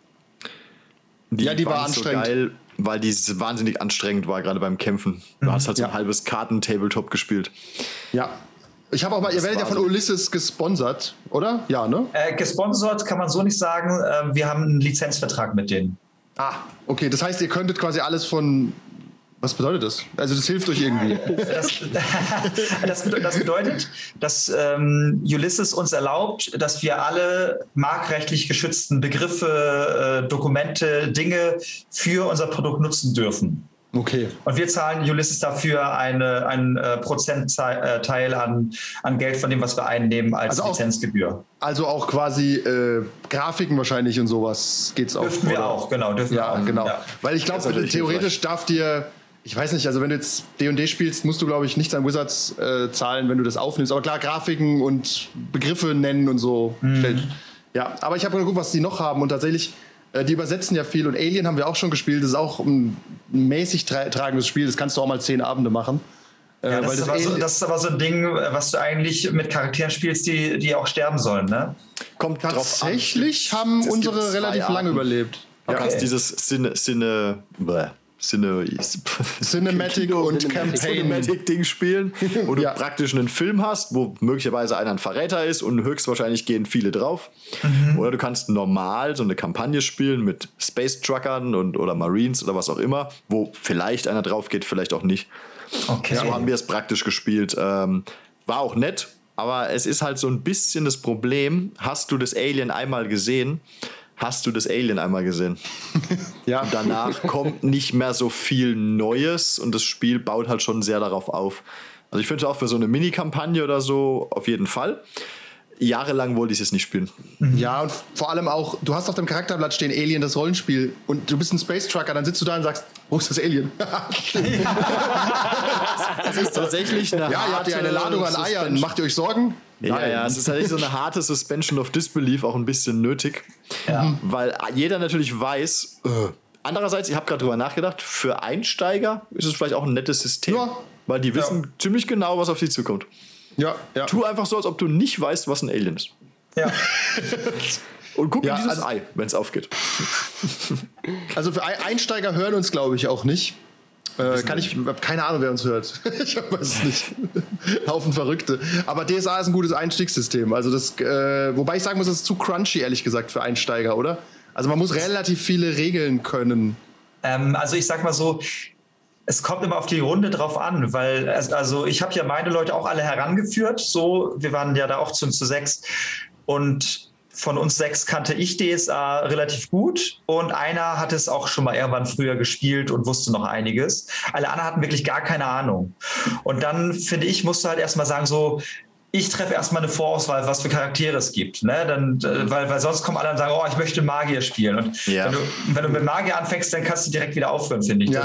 Die war anstrengend. So geil, weil die wahnsinnig anstrengend war, gerade beim Kämpfen. Du hast halt so ein halbes Karten-Tabletop gespielt. Ja. Ich habe auch mal, ihr werdet ja von Ulysses gesponsert, oder? Ja, ne? Gesponsert kann man so nicht sagen. Wir haben einen Lizenzvertrag mit denen. Ah, okay. Das heißt, ihr könntet quasi alles von... Was bedeutet das? Also das hilft euch irgendwie. Das bedeutet, dass Ulysses uns erlaubt, dass wir alle markenrechtlich geschützten Begriffe, Dokumente, Dinge für unser Produkt nutzen dürfen. Okay. Und wir zahlen Ulysses dafür einen Prozentteil an Geld von dem, was wir einnehmen als Lizenzgebühr. Also auch quasi Grafiken wahrscheinlich und sowas geht's auch. Dürfen wir auch, genau. Genau. Ja. Weil ich glaube, theoretisch darf dir... Ich weiß nicht, also wenn du jetzt D&D spielst, musst du, glaube ich, nichts an Wizards zahlen, wenn du das aufnimmst. Aber klar, Grafiken und Begriffe nennen und so. Ja, aber ich habe geguckt, was die noch haben. Und tatsächlich, die übersetzen ja viel. Und Alien haben wir auch schon gespielt. Das ist auch ein mäßig tragendes Spiel. Das kannst du auch mal 10 Abende machen. Ja, das ist aber so ein Ding, was du eigentlich mit Charakteren spielst, die auch sterben sollen, ne? Kommt tatsächlich haben unsere relativ lange überlebt. Du kannst dieses Cinematic und Cinematic-Ding spielen, wo du praktisch einen Film hast, wo möglicherweise einer ein Verräter ist und höchstwahrscheinlich gehen viele drauf. Oder du kannst normal so eine Kampagne spielen mit Space-Truckern oder Marines oder was auch immer, wo vielleicht einer drauf geht, vielleicht auch nicht. Okay. So haben wir es praktisch gespielt. War auch nett, aber es ist halt so ein bisschen das Problem, hast du das Alien einmal gesehen? Ja. Und danach kommt nicht mehr so viel Neues und das Spiel baut halt schon sehr darauf auf. Also ich finde auch für so eine Mini-Kampagne oder so auf jeden Fall. Jahrelang wollte ich es nicht spielen. Ja, und vor allem auch, du hast auf dem Charakterblatt stehen Alien, das Rollenspiel, und du bist ein Space Trucker, dann sitzt du da und sagst, wo ist das Alien? Das ist tatsächlich eine ihr habt ja eine Ladung an Eiern, macht ihr euch Sorgen? Ja, es ist tatsächlich so eine harte Suspension of Disbelief, auch ein bisschen nötig. Ja. Weil jeder natürlich weiß, andererseits, ich habe gerade drüber nachgedacht, für Einsteiger ist es vielleicht auch ein nettes System. Ja. Weil die wissen ziemlich genau, was auf sie zukommt. Ja. Tu einfach so, als ob du nicht weißt, was ein Alien ist. Ja. Und guck in dieses Ei, wenn es aufgeht. Also für Einsteiger hören uns, glaube ich, auch nicht. Ich habe keine Ahnung, wer uns hört. Ich weiß es nicht. Haufen Verrückte. Aber DSA ist ein gutes Einstiegssystem. Also wobei ich sagen muss, das ist zu crunchy, ehrlich gesagt, für Einsteiger, oder? Also man muss relativ viele Regeln können. Also ich sag mal so, es kommt immer auf die Runde drauf an, weil also ich habe ja meine Leute auch alle herangeführt. So, wir waren ja da auch zu 6 und von uns 6 kannte ich DSA relativ gut und einer hat es auch schon mal irgendwann früher gespielt und wusste noch einiges. Alle anderen hatten wirklich gar keine Ahnung. Und dann, finde ich, musst du halt erstmal sagen, so, ich treffe erstmal eine Vorauswahl, was für Charaktere es gibt. Ne? Dann, weil sonst kommen alle und sagen, ich möchte Magier spielen. Und wenn du mit Magier anfängst, dann kannst du direkt wieder aufhören, finde ich.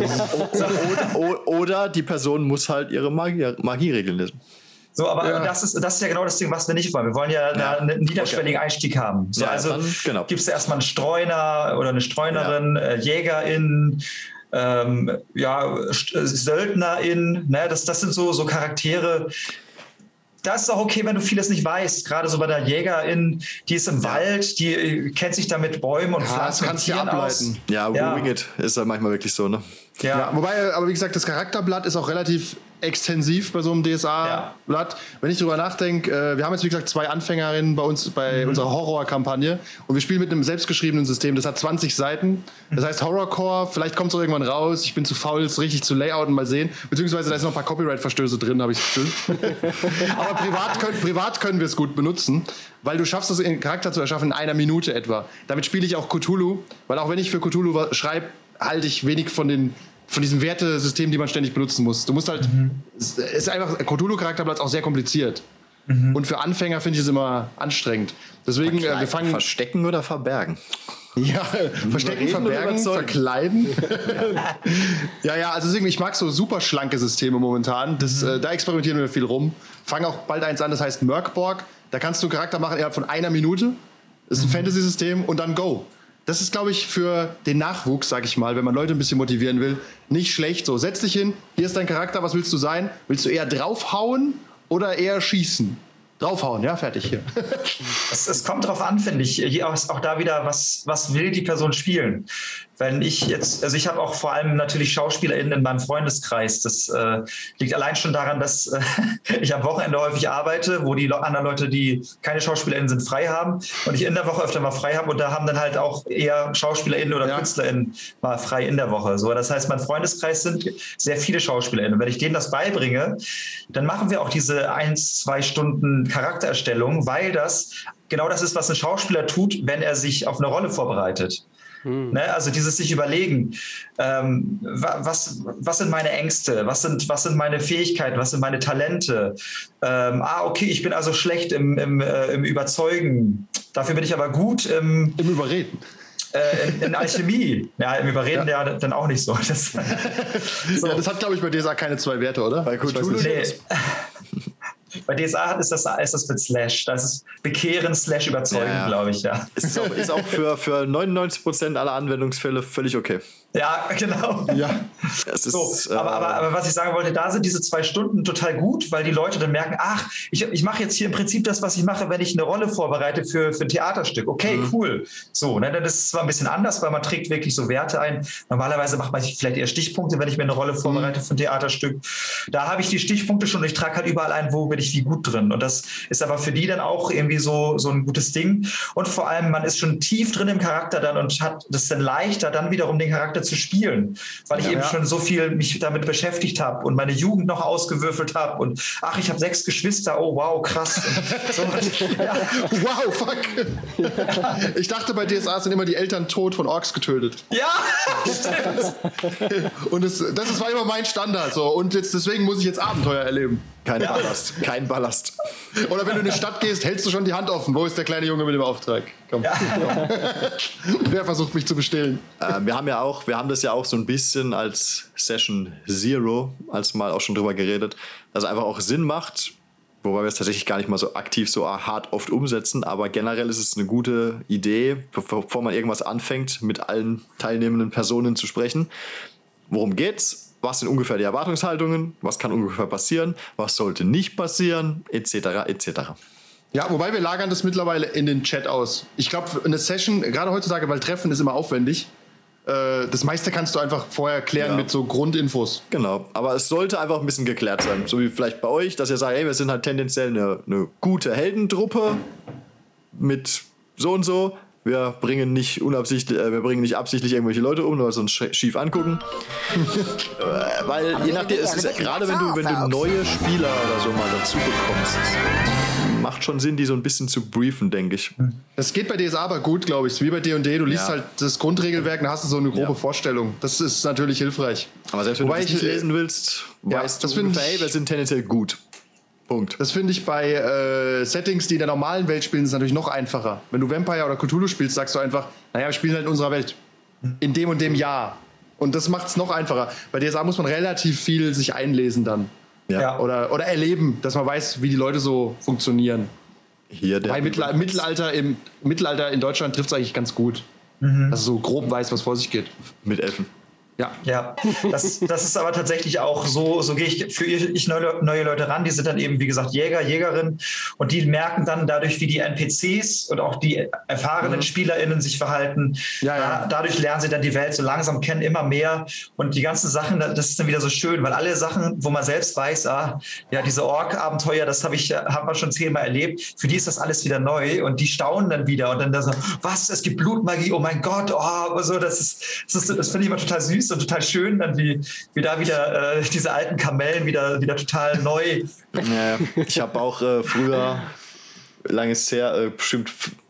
Oder die Person muss halt ihre Magieregeln lesen. So, aber das ist ja genau das Ding, was wir nicht wollen. Wir wollen ja einen niederschwelligen Einstieg haben. So, gibt es erstmal einen Streuner oder eine Streunerin, Jägerin, Söldnerin. Ne? Das sind so Charaktere. Das ist auch okay, wenn du vieles nicht weißt. Gerade so bei der Jägerin, die ist im Wald, die kennt sich da mit Bäumen und Pflanzen und Tieren aus. Ja, Wing It ist ja manchmal wirklich so, ne? Ja, wobei, aber wie gesagt, das Charakterblatt ist auch relativ extensiv bei so einem DSA-Blatt. Wenn ich drüber nachdenke, wir haben jetzt wie gesagt 2 Anfängerinnen bei uns bei unserer Horror-Kampagne und wir spielen mit einem selbstgeschriebenen System, das hat 20 Seiten. Das heißt Horrorcore, vielleicht kommt es auch irgendwann raus, ich bin zu faul, es richtig zu layouten, mal sehen. Beziehungsweise da ist noch ein paar Copyright-Verstöße drin, habe ich das Gefühl. Aber privat können wir es gut benutzen, weil du schaffst es, einen Charakter zu erschaffen in 1 Minute etwa. Damit spiele ich auch Cthulhu, weil auch wenn ich für Cthulhu schreibe, halte ich wenig von diesem Wertesystem, die man ständig benutzen muss. Du musst halt, es ist einfach, Cthulhu-Charakterblatt ist auch sehr kompliziert. Und für Anfänger finde ich es immer anstrengend. Deswegen, wir fangen... Verstecken oder verbergen? Ja, verstecken, verbergen, verkleiden. Also deswegen, ich mag so super schlanke Systeme momentan. Da experimentieren wir viel rum. Fangen auch bald eins an, das heißt Merkborg. Da kannst du einen Charakter machen innerhalb von 1 Minute. Das ist ein Fantasy-System und dann go. Das ist, glaube ich, für den Nachwuchs, sag ich mal, wenn man Leute ein bisschen motivieren will, nicht schlecht. So, setz dich hin, hier ist dein Charakter, was willst du sein? Willst du eher draufhauen oder eher schießen? Draufhauen, ja, fertig hier. Es kommt drauf an, finde ich. Hier ist auch da wieder, was will die Person spielen? Wenn ich jetzt, also ich habe auch vor allem natürlich SchauspielerInnen in meinem Freundeskreis. Das liegt allein schon daran, dass ich am Wochenende häufig arbeite, wo die anderen Leute, die keine SchauspielerInnen sind, frei haben und ich in der Woche öfter mal frei habe und da haben dann halt auch eher SchauspielerInnen oder KünstlerInnen mal frei in der Woche. So, das heißt, mein Freundeskreis sind sehr viele SchauspielerInnen. Und wenn ich denen das beibringe, dann machen wir auch diese 1-2 Stunden Charaktererstellung, weil das genau das ist, was ein Schauspieler tut, wenn er sich auf eine Rolle vorbereitet. Ne, also dieses sich überlegen, was sind meine Ängste, was sind meine Fähigkeiten, was sind meine Talente. Okay, ich bin also schlecht im Überzeugen, dafür bin ich aber gut im Überreden. In Alchemie. Ja, im Überreden ja dann auch nicht so. Das hat, glaube ich, bei DSA keine 2 Werte, oder? Bei Cthulhu. Bei DSA ist das mit Slash. Das ist bekehren / überzeugen, glaube ich, ja. Ist auch für 99% aller Anwendungsfälle völlig okay. Ja, genau. Ja. Es ist, so, aber was ich sagen wollte, da sind diese 2 Stunden total gut, weil die Leute dann merken, ach, ich mache jetzt hier im Prinzip das, was ich mache, wenn ich eine Rolle vorbereite für ein Theaterstück. Okay, cool. So, ne, das ist zwar ein bisschen anders, weil man trägt wirklich so Werte ein. Normalerweise macht man vielleicht eher Stichpunkte, wenn ich mir eine Rolle vorbereite für ein Theaterstück. Da habe ich die Stichpunkte schon und ich trage halt überall ein, wo bin ich wie gut drin. Und das ist aber für die dann auch irgendwie so ein gutes Ding. Und vor allem, man ist schon tief drin im Charakter dann und hat das dann leichter, dann wiederum den Charakter zu spielen, weil ich eben schon so viel mich damit beschäftigt habe und meine Jugend noch ausgewürfelt habe und ach, ich habe 6 Geschwister, oh wow, krass. So, ja. Wow, fuck. Ich dachte, bei DSA sind immer die Eltern tot von Orks getötet. Ja, stimmt. Und das war immer mein Standard. So. Und deswegen muss ich jetzt Abenteuer erleben. Kein Ballast. Oder wenn du in eine Stadt gehst, hältst du schon die Hand offen. Wo ist der kleine Junge mit dem Auftrag? Komm. Ja. Wer versucht mich zu bestehlen? Wir haben das ja auch so ein bisschen als Session Zero, als mal auch schon drüber geredet, dass es einfach auch Sinn macht, wobei wir es tatsächlich gar nicht mal so aktiv, so hart oft umsetzen, aber generell ist es eine gute Idee, bevor man irgendwas anfängt, mit allen teilnehmenden Personen zu sprechen. Worum geht's? Was sind ungefähr die Erwartungshaltungen? Was kann ungefähr passieren? Was sollte nicht passieren? Etc. etc. Ja, wobei wir lagern das mittlerweile in den Chat aus. Ich glaube, eine Session, gerade heutzutage, weil Treffen ist immer aufwendig, das meiste kannst du einfach vorher klären mit so Grundinfos. Genau, aber es sollte einfach ein bisschen geklärt sein. So wie vielleicht bei euch, dass ihr sagt, hey, wir sind halt tendenziell eine gute Heldentruppe mit so und so. Wir bringen nicht absichtlich irgendwelche Leute um, weil sie uns schief angucken. Weil je nachdem, es ist gerade wenn du neue Spieler oder so mal dazu bekommst, macht schon Sinn, die so ein bisschen zu briefen, denke ich. Das geht bei DSA aber gut, glaube ich. Wie bei D&D, du liest halt das Grundregelwerk, dann hast du so eine grobe Vorstellung. Das ist natürlich hilfreich. Aber selbst wenn du das nicht lesen willst, weißt du ungefähr, hey, wir sind tendenziell gut. Punkt. Das finde ich bei Settings, die in der normalen Welt spielen, ist natürlich noch einfacher. Wenn du Vampire oder Cthulhu spielst, sagst du einfach, naja, wir spielen halt in unserer Welt. In dem und dem Jahr. Und das macht es noch einfacher. Bei DSA muss man relativ viel sich einlesen dann. Ja. Oder erleben, dass man weiß, wie die Leute so funktionieren. Bei Mittelalter in Deutschland trifft es eigentlich ganz gut. Dass du so grob weißt, was vor sich geht. Mit Elfen. Ja, das ist aber tatsächlich auch so gehe ich neue Leute ran, die sind dann eben, wie gesagt, Jäger, Jägerin und die merken dann dadurch, wie die NPCs und auch die erfahrenen SpielerInnen sich verhalten. Dadurch lernen sie dann die Welt so langsam kennen, immer mehr und die ganzen Sachen, das ist dann wieder so schön, weil alle Sachen, wo man selbst weiß, diese Ork-Abenteuer, das haben wir schon 10-mal erlebt, für die ist das alles wieder neu und die staunen dann wieder und dann so, was, es gibt Blutmagie, oh mein Gott, so, das finde ich immer total süß und total schön, dann wie da wieder diese alten Kamellen wieder total neu. Ja, ich habe auch früher, langes her, bestimmt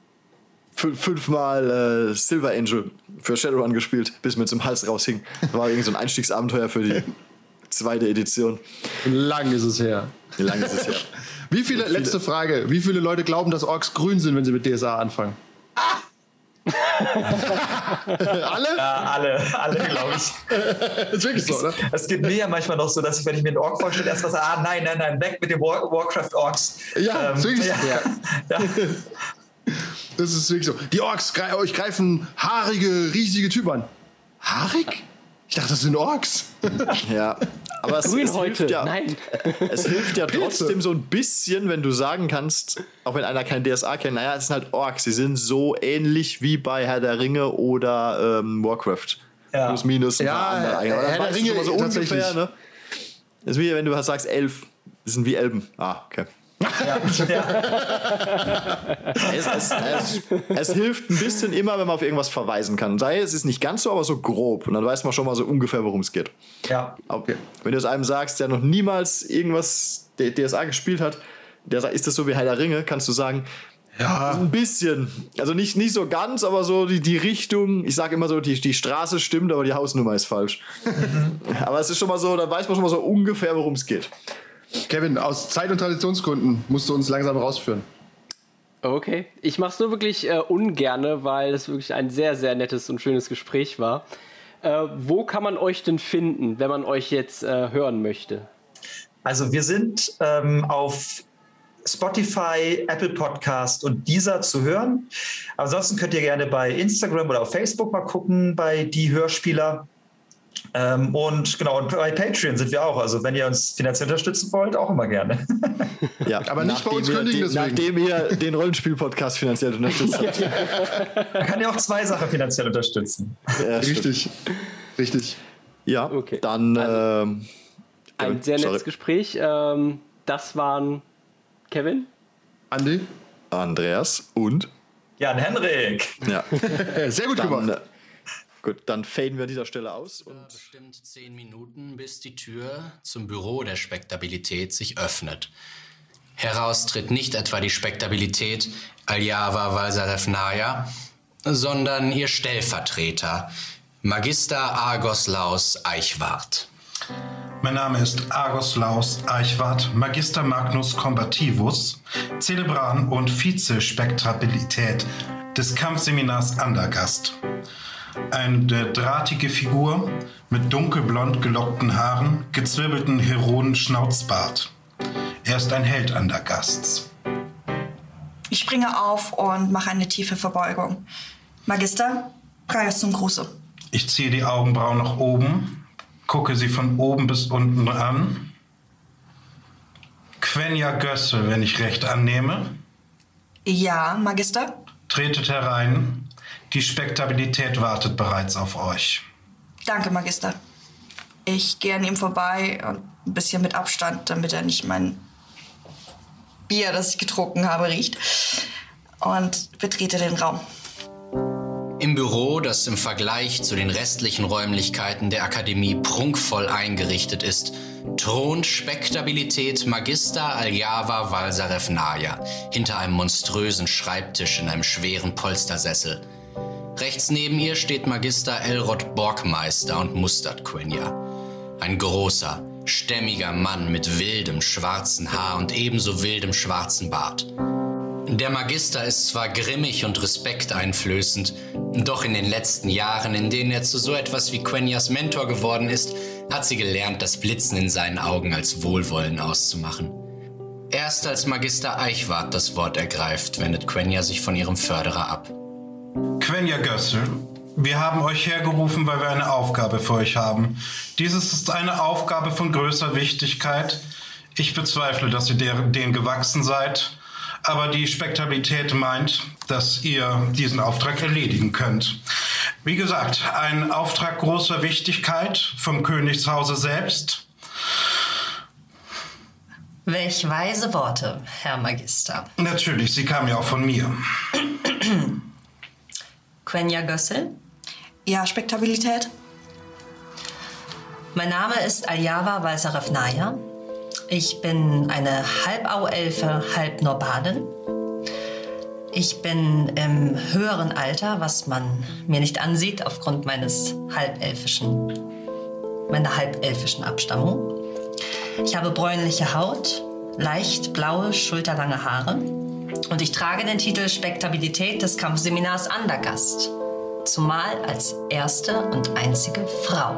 5-mal Silver Angel für Shadowrun gespielt, bis mir zum Hals raushing. Das war irgendwie so ein Einstiegsabenteuer für die 2. Edition. Lang ist es her. Letzte Frage, wie viele Leute glauben, dass Orks grün sind, wenn sie mit DSA anfangen? Alle? Ja, alle, glaube ich. Das ist wirklich so, oder? Es geht mir ja manchmal noch so, dass ich, wenn ich mir einen Ork vorstelle, erst mal sage, nein, weg mit den Warcraft-Orks. Ja, ist wirklich so. Ja. Das ist wirklich so. Die Orks, euch greifen haarige, riesige Typen an. Haarig? Ich dachte, das sind Orks. Ja, aber es hilft ja, nein. Es hilft ja trotzdem so ein bisschen, wenn du sagen kannst, auch wenn einer kein DSA kennt, naja, es sind halt Orks, sie sind so ähnlich wie bei Herr der Ringe oder Warcraft. Ja. Plus, minus ein paar andere. Herr der Ringe schon mal so ungefähr, ne? Das ist wie wenn du halt sagst, Elf, das sind wie Elben. Okay. Es hilft ein bisschen immer, wenn man auf irgendwas verweisen kann. Sei es ist nicht ganz so, aber so grob. Und dann weiß man schon mal so ungefähr, worum es geht. Ja. Okay. Wenn du es einem sagst, der noch niemals irgendwas DSA gespielt hat, der sagt, ist das so wie Herr der Ringe, kannst du sagen, ja, ein bisschen. Also nicht so ganz, aber so die Richtung. Ich sage immer so, die Straße stimmt, aber die Hausnummer ist falsch. Aber es ist schon mal so, da weiß man schon mal so ungefähr, worum es geht. Kevin, aus Zeit- und Traditionsgründen musst du uns langsam rausführen. Okay, ich mache es nur wirklich ungerne, weil es wirklich ein sehr, sehr nettes und schönes Gespräch war. Wo kann man euch denn finden, wenn man euch jetzt hören möchte? Also wir sind auf Spotify, Apple Podcast und Deezer zu hören. Ansonsten könnt ihr gerne bei Instagram oder auf Facebook mal gucken, bei Die Hörspieler. Und bei Patreon sind wir auch. Also wenn ihr uns finanziell unterstützen wollt, auch immer gerne. Ja, aber nicht bei uns kündigen deswegen. Nachdem ihr den Rollenspiel-Podcast finanziell unterstützt habt. Man kann ja auch 2 Sachen finanziell unterstützen. Ja, Richtig. Ja, okay. Dann ein sehr nettes Gespräch. Das waren Kevin, Andi, Andreas und Jan-Henrik. Ja. Sehr gut gemacht. Gut, dann faden wir an dieser Stelle aus. Und Bestimmt 10 Minuten, bis die Tür zum Büro der Spektabilität sich öffnet. Heraus tritt nicht etwa die Spektabilität Aljava Valsarefnaya, sondern ihr Stellvertreter, Magister Argos Laus Eichwart. Mein Name ist Argos Laus Eichwart, Magister Magnus Combativus, Zelebran und Vize-Spektrabilität des Kampfseminars Andergast. Eine drahtige Figur mit dunkelblond gelockten Haaren, gezwirbelten Heroen-Schnauzbart. Er ist ein Held Andergasts. Ich springe auf und mache eine tiefe Verbeugung. Magister, Gaius zum Gruße. Ich ziehe die Augenbrauen nach oben, gucke sie von oben bis unten an. Quenya Gössel, wenn ich recht annehme. Ja, Magister? Tretet herein. Die Spektabilität wartet bereits auf euch. Danke, Magister. Ich gehe an ihm vorbei und ein bisschen mit Abstand, damit er nicht mein Bier, das ich getrunken habe, riecht. Und betrete den Raum. Im Büro, das im Vergleich zu den restlichen Räumlichkeiten der Akademie prunkvoll eingerichtet ist, thront Spektabilität Magister Aljava Valsarefnaya hinter einem monströsen Schreibtisch in einem schweren Polstersessel. Rechts neben ihr steht Magister Elrod Borgmeister und mustert Quenya. Ein großer, stämmiger Mann mit wildem schwarzen Haar und ebenso wildem schwarzen Bart. Der Magister ist zwar grimmig und respekteinflößend, doch in den letzten Jahren, in denen er zu so etwas wie Quenyas Mentor geworden ist, hat sie gelernt, das Blitzen in seinen Augen als Wohlwollen auszumachen. Erst als Magister Eichwart das Wort ergreift, wendet Quenya sich von ihrem Förderer ab. Quenya Gössel, wir haben euch hergerufen, weil wir eine Aufgabe für euch haben. Dieses ist eine Aufgabe von größter Wichtigkeit. Ich bezweifle, dass ihr denen gewachsen seid, aber die Spektabilität meint, dass ihr diesen Auftrag erledigen könnt. Wie gesagt, ein Auftrag großer Wichtigkeit vom Königshause selbst. Welch weise Worte, Herr Magister. Natürlich, sie kamen ja auch von mir. Quenya Gössel? Ja, Spektabilität? Mein Name ist Aljava Valsarefnaya. Ich bin eine Halbauelfe, halb Norbadin. Ich bin im höheren Alter, was man mir nicht ansieht, aufgrund meiner halbelfischen Abstammung. Ich habe bräunliche Haut, leicht blaue, schulterlange Haare. Und ich trage den Titel Spektabilität des Kampfseminars Andergast. Zumal als erste und einzige Frau.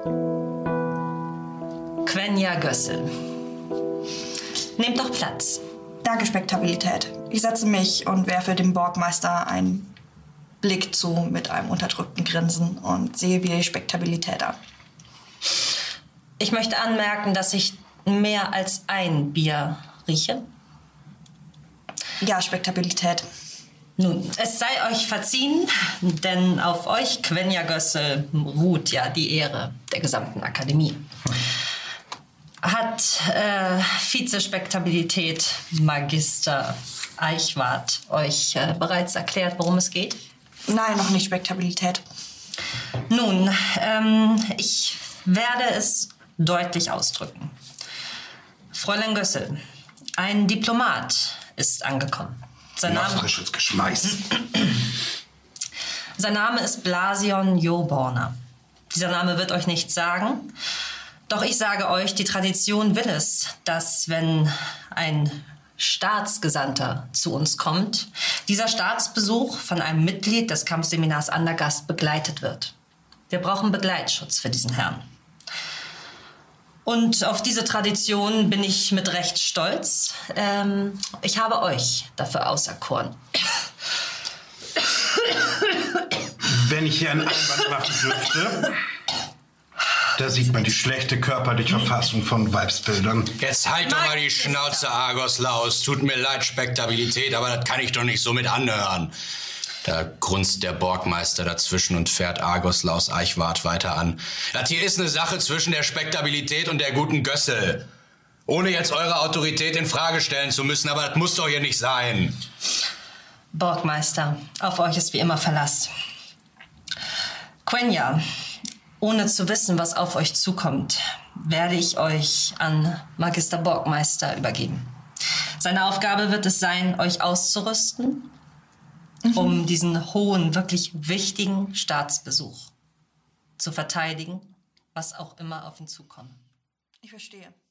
Quenya Gössel. Nehmt doch Platz. Danke, Spektabilität. Ich setze mich und werfe dem Borgmeister einen Blick zu mit einem unterdrückten Grinsen und sehe wieder die Spektabilität an. Ich möchte anmerken, dass ich mehr als ein Bier rieche. Ja, Spektabilität. Nun, es sei euch verziehen, denn auf euch, Quenya Gössel, ruht ja die Ehre der gesamten Akademie. Hat Vize-Spektabilität Magister Eichwart euch bereits erklärt, worum es geht? Nein, noch nicht, Spektabilität. Nun, ich werde es deutlich ausdrücken. Fräulein Gössel, ein Diplomat ist angekommen. Sein Name ist Blasion Joborner. Dieser Name wird euch nichts sagen. Doch ich sage euch, die Tradition will es, dass wenn ein Staatsgesandter zu uns kommt, dieser Staatsbesuch von einem Mitglied des Kampfseminars Andergast begleitet wird. Wir brauchen Begleitschutz für diesen Herrn. Und auf diese Tradition bin ich mit Recht stolz. Ich habe euch dafür auserkoren. Wenn ich hier einen Einwand machen dürfte, da sieht man die schlechte körperliche Verfassung von Weibsbildern. Jetzt halt doch mal die Schnauze, Argoslaus. Tut mir leid, Spektabilität, aber das kann ich doch nicht so mit anhören. Da grunzt der Borgmeister dazwischen und fährt Argoslaus Eichwart weiter an. Das hier ist eine Sache zwischen der Spektabilität und der guten Gössel. Ohne jetzt eure Autorität in Frage stellen zu müssen, aber das muss doch hier nicht sein. Borgmeister, auf euch ist wie immer Verlass. Quenya, ohne zu wissen, was auf euch zukommt, werde ich euch an Magister Borgmeister übergeben. Seine Aufgabe wird es sein, euch auszurüsten, um diesen hohen, wirklich wichtigen Staatsbesuch zu verteidigen, was auch immer auf ihn zukommt. Ich verstehe.